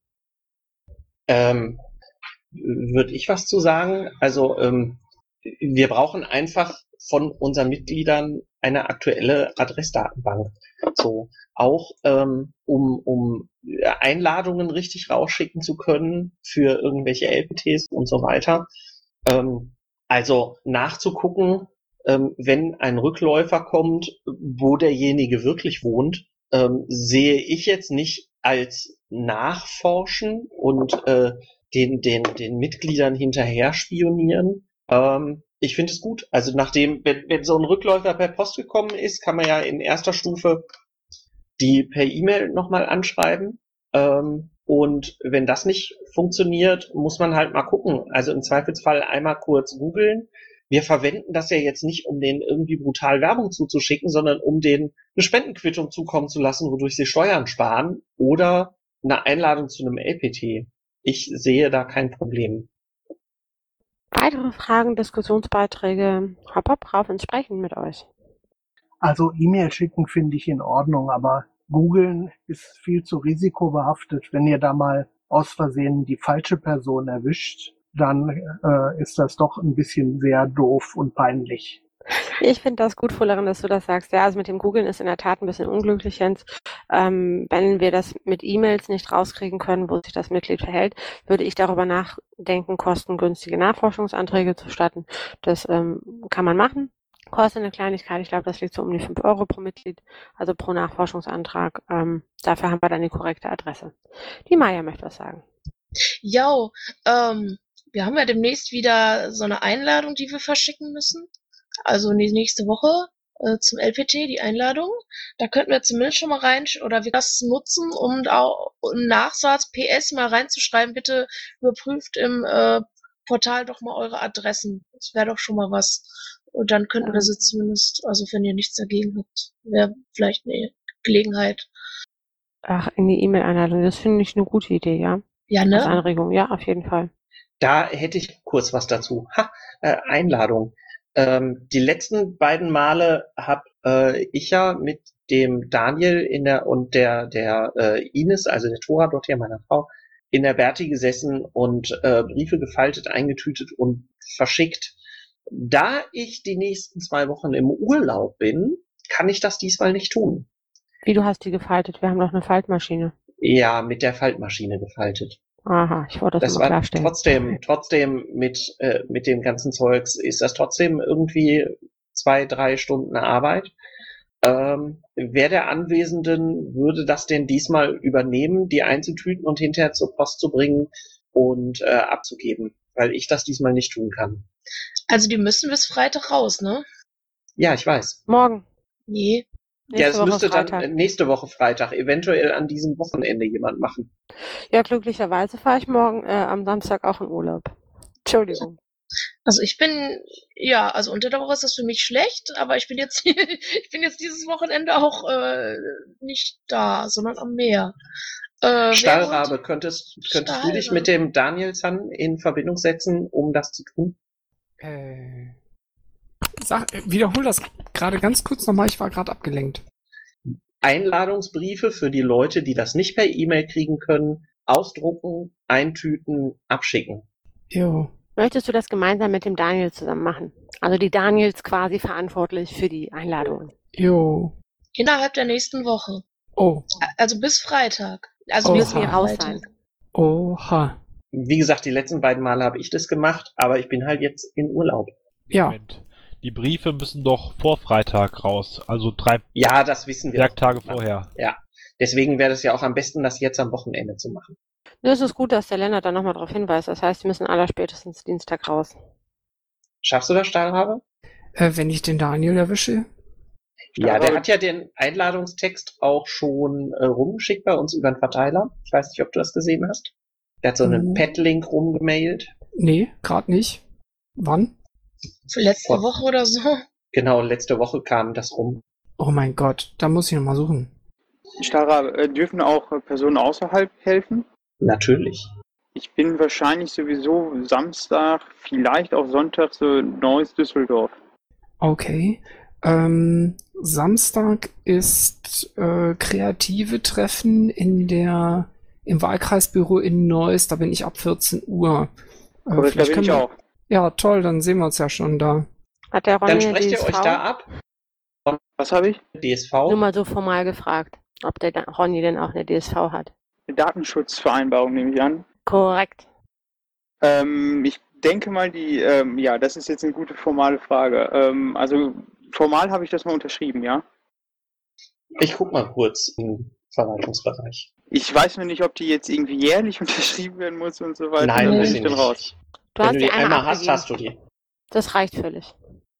Würde ich was zu sagen? Also wir brauchen einfach von unseren Mitgliedern eine aktuelle Adressdatenbank. So, auch um Einladungen richtig rausschicken zu können für irgendwelche LPTs und so weiter. Also nachzugucken, wenn ein Rückläufer kommt, wo derjenige wirklich wohnt, sehe ich jetzt nicht als Nachforschen und den Mitgliedern hinterher spionieren. Ich finde es gut. Also nachdem, wenn so ein Rückläufer per Post gekommen ist, kann man ja in erster Stufe die per E-Mail nochmal anschreiben. Und wenn das nicht funktioniert, muss man halt mal gucken. Also im Zweifelsfall einmal kurz googeln. Wir verwenden das ja jetzt nicht, um denen irgendwie brutal Werbung zuzuschicken, sondern um denen eine Spendenquittung zukommen zu lassen, wodurch sie Steuern sparen oder eine Einladung zu einem LPT. Ich sehe da kein Problem. Weitere Fragen, Diskussionsbeiträge, hopp, rauf ins Sprechen mit euch. Also E-Mail schicken finde ich in Ordnung, aber googeln ist viel zu risikobehaftet. Wenn ihr da mal aus Versehen die falsche Person erwischt, dann ist das doch ein bisschen sehr doof und peinlich. Ich finde das gut, Fullerin, dass du das sagst. Ja, also mit dem Googlen ist in der Tat ein bisschen unglücklich, Jens. Wenn wir das mit E-Mails nicht rauskriegen können, wo sich das Mitglied verhält, würde ich darüber nachdenken, kostengünstige Nachforschungsanträge zu starten. Das kann man machen. Kostet eine Kleinigkeit, ich glaube, das liegt so um die 5 € pro Mitglied, also pro Nachforschungsantrag. Dafür haben wir dann die korrekte Adresse. Die Maja möchte was sagen. Jo, wir haben ja demnächst wieder so eine Einladung, die wir verschicken müssen. Also nächste Woche zum LPT, die Einladung. Da könnten wir zumindest schon mal rein, oder wir das nutzen, um auch im Nachsatz PS mal reinzuschreiben, bitte überprüft im Portal doch mal eure Adressen. Das wäre doch schon mal was. Und dann könnten wir sie zumindest, also wenn ihr nichts dagegen habt, wäre vielleicht eine Gelegenheit. Ach, in die E-Mail-Einladung, das finde ich eine gute Idee, ja. Ja, Als ne? Anregung, ja, auf jeden Fall. Da hätte ich kurz was dazu. Einladung. Die letzten beiden Male habe ich ja mit dem Daniel und der Ines, also der Tora dort hier, meiner Frau, in der Berti gesessen und Briefe gefaltet, eingetütet und verschickt. Da ich die nächsten 2 Wochen im Urlaub bin, kann ich das diesmal nicht tun. Wie, du hast die gefaltet? Wir haben doch eine Faltmaschine. Ja, mit der Faltmaschine gefaltet. Aha, ich wollte das Das mal war klarstellen. trotzdem mit dem ganzen Zeugs ist das trotzdem irgendwie 2-3 Stunden Arbeit. Wer der Anwesenden würde das denn diesmal übernehmen, die einzutüten und hinterher zur Post zu bringen und abzugeben, weil ich das diesmal nicht tun kann. Also die müssen bis Freitag raus, ne? Ja, ich weiß. Morgen. Nee. Ja, es müsste Freitag. dann nächste Woche Freitag, eventuell an diesem Wochenende jemand machen. Ja, glücklicherweise fahre ich morgen am Samstag auch in Urlaub. Entschuldigung. Also also unter der Woche ist das für mich schlecht, aber ich bin jetzt dieses Wochenende auch nicht da, sondern am Meer. Stahlrabe, könntest du dich mit dem Danielson in Verbindung setzen, um das zu tun? Wiederhol das gerade ganz kurz nochmal, ich war gerade abgelenkt. Einladungsbriefe für die Leute, die das nicht per E-Mail kriegen können, ausdrucken, eintüten, abschicken. Jo. Möchtest du das gemeinsam mit dem Daniel zusammen machen? Also die Daniels quasi verantwortlich für die Einladungen. Jo. Innerhalb der nächsten Woche. Oh. Also bis Freitag. Also wir müssen müssen hier raus sein. Oha. Wie gesagt, die letzten beiden Male habe ich das gemacht, aber ich bin halt jetzt in Urlaub. Ja. Moment. Die Briefe müssen doch vor Freitag raus, also 3 Ja, das wissen wir. Werktage vorher. Ja, deswegen wäre es ja auch am besten, das jetzt am Wochenende zu machen. Es ist gut, dass der Lennart da nochmal drauf hinweist. Das heißt, sie müssen allerspätestens Dienstag raus. Schaffst du das, Stahlrabe? Wenn ich den Daniel erwische? Ja, der hat ja den Einladungstext auch schon rumgeschickt bei uns über den Verteiler. Ich weiß nicht, ob du das gesehen hast. Der hat so einen Pad-Link rumgemailt. Nee, gerade nicht. Wann? Letzte Woche oder so. Genau, letzte Woche kam das rum. Oh mein Gott, da muss ich nochmal suchen. Stara, dürfen auch Personen außerhalb helfen? Natürlich. Ich bin wahrscheinlich sowieso Samstag, vielleicht auch Sonntag so Neuss Düsseldorf. Okay. Samstag ist kreative Treffen im Wahlkreisbüro in Neuss. Da bin ich ab 14 Uhr. Korrekt, da bin ich auch. Ja, toll, dann sehen wir uns ja schon da. Hat der Ronny Dann sprecht ihr DSV? euch da ab. Was habe ich? DSV. Nur mal so formal gefragt, ob der Ronny denn auch eine DSV hat. Eine Datenschutzvereinbarung nehme ich an. Korrekt. Ich denke mal, das ist jetzt eine gute formale Frage. Also formal habe ich das mal unterschrieben, ja? Ich guck mal kurz im Verwaltungsbereich. Ich weiß nur nicht, ob die jetzt irgendwie jährlich unterschrieben werden muss und so weiter. Nein, dann muss bin sie ich dann nicht. raus. Du Wenn hast du die die einmal hast, abgegeben. hast du die. Das reicht völlig.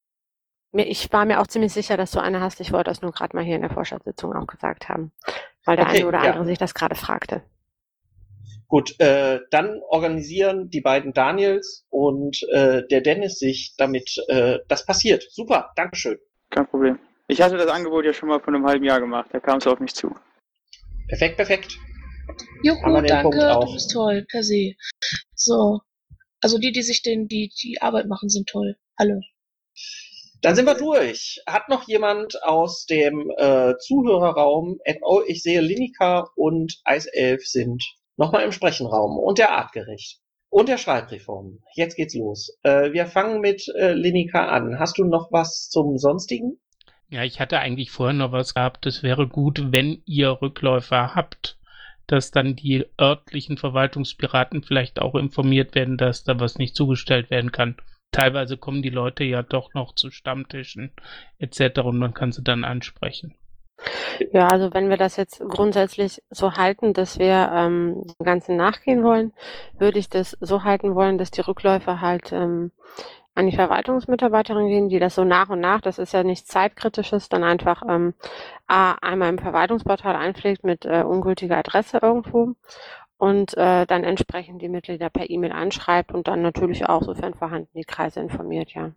Ich war mir auch ziemlich sicher, dass du eine hast. Ich wollte das nur gerade mal hier in der Vorstandssitzung auch gesagt haben, weil der Okay, eine oder ja. andere sich das gerade fragte. Gut, dann organisieren die beiden Daniels und der Dennis sich damit, das passiert. Super, Dankeschön. Kein Problem. Ich hatte das Angebot ja schon mal vor einem halben Jahr gemacht. Da kam es auf mich zu. Perfekt. Haben Juhu, wir den danke, Punkt du auch. bist toll, per se. So. Also die sich die Arbeit machen, sind toll. Alle. Dann sind wir durch. Hat noch jemand aus dem Zuhörerraum, ich sehe Linika und Eiself sind nochmal im Sprechenraum und der Artgerecht und der Schreibreform. Jetzt geht's los. Wir fangen mit Linika an. Hast du noch was zum Sonstigen? Ja, ich hatte eigentlich vorher noch was gehabt. Es wäre gut, wenn ihr Rückläufer habt, dass dann die örtlichen Verwaltungspiraten vielleicht auch informiert werden, dass da was nicht zugestellt werden kann. teilweise kommen die Leute ja doch noch zu Stammtischen etc. und man kann sie dann ansprechen. Ja, also wenn wir das jetzt grundsätzlich so halten, dass wir dem Ganzen nachgehen wollen, würde ich das so halten wollen, dass die Rückläufe halt an die Verwaltungsmitarbeiterin gehen, die das so nach und nach, das ist ja nichts Zeitkritisches, dann einfach einmal im Verwaltungsportal einpflegt mit ungültiger Adresse irgendwo und dann entsprechend die Mitglieder per E-Mail anschreibt und dann natürlich auch, sofern vorhanden, die Kreise informiert, ja.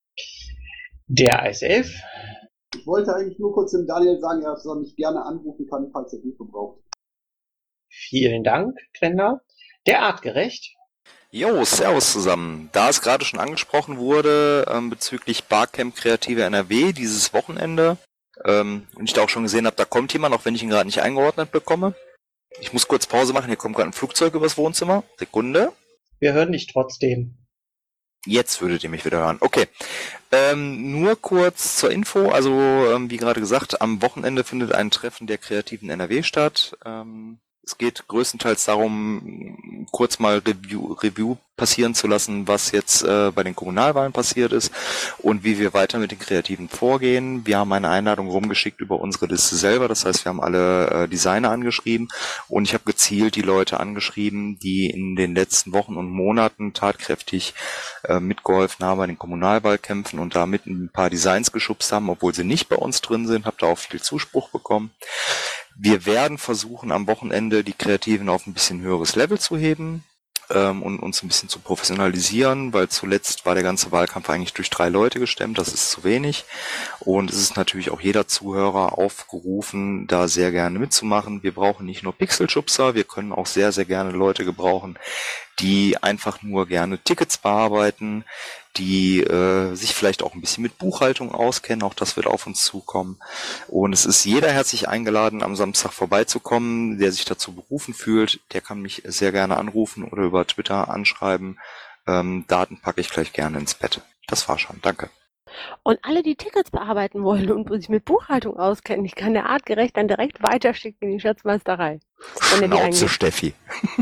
Der Eiself. Ich wollte eigentlich nur kurz dem Daniel sagen, dass er mich gerne anrufen kann, falls er Hilfe braucht. Vielen Dank, Klender. Der Artgerecht. Jo, servus zusammen. Da es gerade schon angesprochen wurde bezüglich Barcamp Kreative NRW dieses Wochenende und ich da auch schon gesehen habe, da kommt jemand, auch wenn ich ihn gerade nicht eingeordnet bekomme. Ich muss kurz Pause machen, hier kommt gerade ein Flugzeug übers Wohnzimmer. Sekunde. Wir hören dich trotzdem. Jetzt würdet ihr mich wieder hören. Okay. Nur kurz zur Info, also wie gerade gesagt, am Wochenende findet ein Treffen der Kreativen NRW statt. Es geht größtenteils darum, kurz mal Review passieren zu lassen, was jetzt bei den Kommunalwahlen passiert ist und wie wir weiter mit den Kreativen vorgehen. Wir haben eine Einladung rumgeschickt über unsere Liste selber, das heißt, wir haben alle Designer angeschrieben und ich habe gezielt die Leute angeschrieben, die in den letzten Wochen und Monaten tatkräftig mitgeholfen haben bei den Kommunalwahlkämpfen und damit ein paar Designs geschubst haben, obwohl sie nicht bei uns drin sind, habe da auch viel Zuspruch bekommen. Wir werden versuchen, am Wochenende die Kreativen auf ein bisschen höheres Level zu heben und uns ein bisschen zu professionalisieren, weil zuletzt war der ganze Wahlkampf eigentlich durch 3 Leute gestemmt, das ist zu wenig. Und es ist natürlich auch jeder Zuhörer aufgerufen, da sehr gerne mitzumachen. Wir brauchen nicht nur Pixelschubser, wir können auch sehr, sehr gerne Leute gebrauchen, die einfach nur gerne Tickets bearbeiten, die sich vielleicht auch ein bisschen mit Buchhaltung auskennen, auch das wird auf uns zukommen. Und es ist jeder herzlich eingeladen, am Samstag vorbeizukommen, der sich dazu berufen fühlt, der kann mich sehr gerne anrufen oder über Twitter anschreiben. Daten packe ich gleich gerne ins Bett. Das war schon, danke. Und alle, die Tickets bearbeiten wollen und sich mit Buchhaltung auskennen, ich kann der Artgerecht dann direkt weiterschicken in die Schatzmeisterei. Schnauze, Steffi.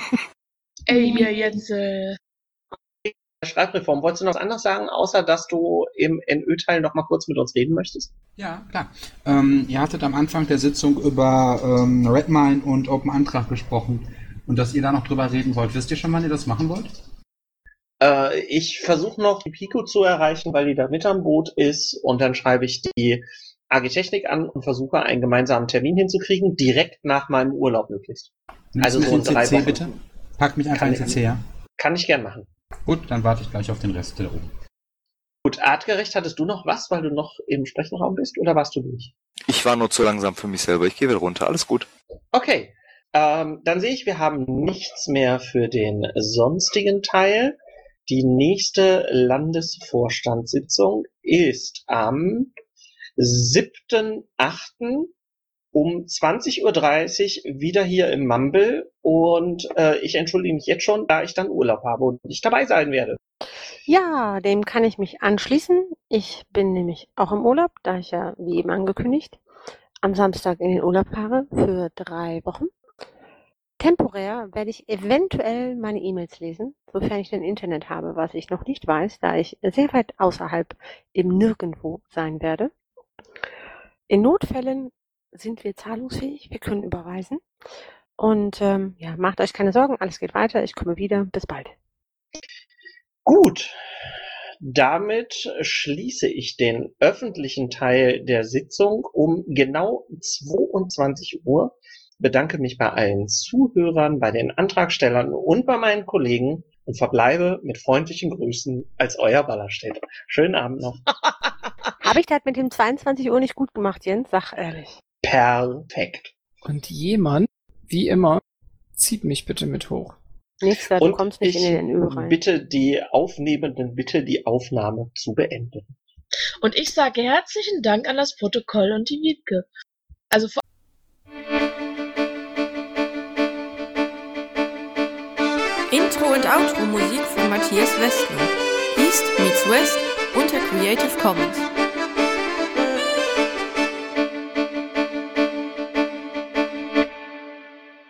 Ey, ihr jetzt... Schreibreform. Wolltest du noch was anderes sagen, außer dass du im NÖ-Teil noch mal kurz mit uns reden möchtest? Ja, klar. Ihr hattet am Anfang der Sitzung über Redmine und Open Antrag gesprochen und dass ihr da noch drüber reden wollt. Wisst ihr schon, wann ihr das machen wollt? Ich versuche noch die Pico zu erreichen, weil die da mit am Boot ist und dann schreibe ich die AG Technik an und versuche einen gemeinsamen Termin hinzukriegen, direkt nach meinem Urlaub möglichst. Nimmst Also so in 3 CC Wochen. bitte? Packt mich einfach in CC, ja? Kann ich gern machen. Gut, dann warte ich gleich auf den Rest da oben. Gut, Artgerecht, hattest du noch was, weil du noch im Sprechenraum bist, oder warst du durch? Ich war nur zu langsam für mich selber. Ich gehe wieder runter. Alles gut. Okay, dann sehe ich, wir haben nichts mehr für den sonstigen Teil. Die nächste Landesvorstandssitzung ist am 7.8. um 20.30 Uhr wieder hier im Mumble und ich entschuldige mich jetzt schon, da ich dann Urlaub habe und nicht dabei sein werde. Ja, dem kann ich mich anschließen. Ich bin nämlich auch im Urlaub, da ich ja, wie eben angekündigt, am Samstag in den Urlaub fahre für 3 Wochen. Temporär werde ich eventuell meine E-Mails lesen, sofern ich denn Internet habe, was ich noch nicht weiß, da ich sehr weit außerhalb im Nirgendwo sein werde. In Notfällen sind wir zahlungsfähig, wir können überweisen. Und ja, macht euch keine Sorgen, alles geht weiter, ich komme wieder, bis bald. Gut, damit schließe ich den öffentlichen Teil der Sitzung um genau 22 Uhr. Bedanke mich bei allen Zuhörern, bei den Antragstellern und bei meinen Kollegen und verbleibe mit freundlichen Grüßen als euer Ballerstedt. Schönen Abend noch. Habe ich das mit dem 22 Uhr nicht gut gemacht, Jens? Sag ehrlich. Perfekt. Und jemand, wie immer, zieht mich bitte mit hoch. Nächster, du kommst nicht in den NÖ rein. Bitte die Aufnehmenden, bitte die Aufnahme zu beenden. Und ich sage herzlichen Dank an das Protokoll und die Wiebke. Also vor Intro und Outro Musik von Matthias Westner. East meets West unter Creative Commons.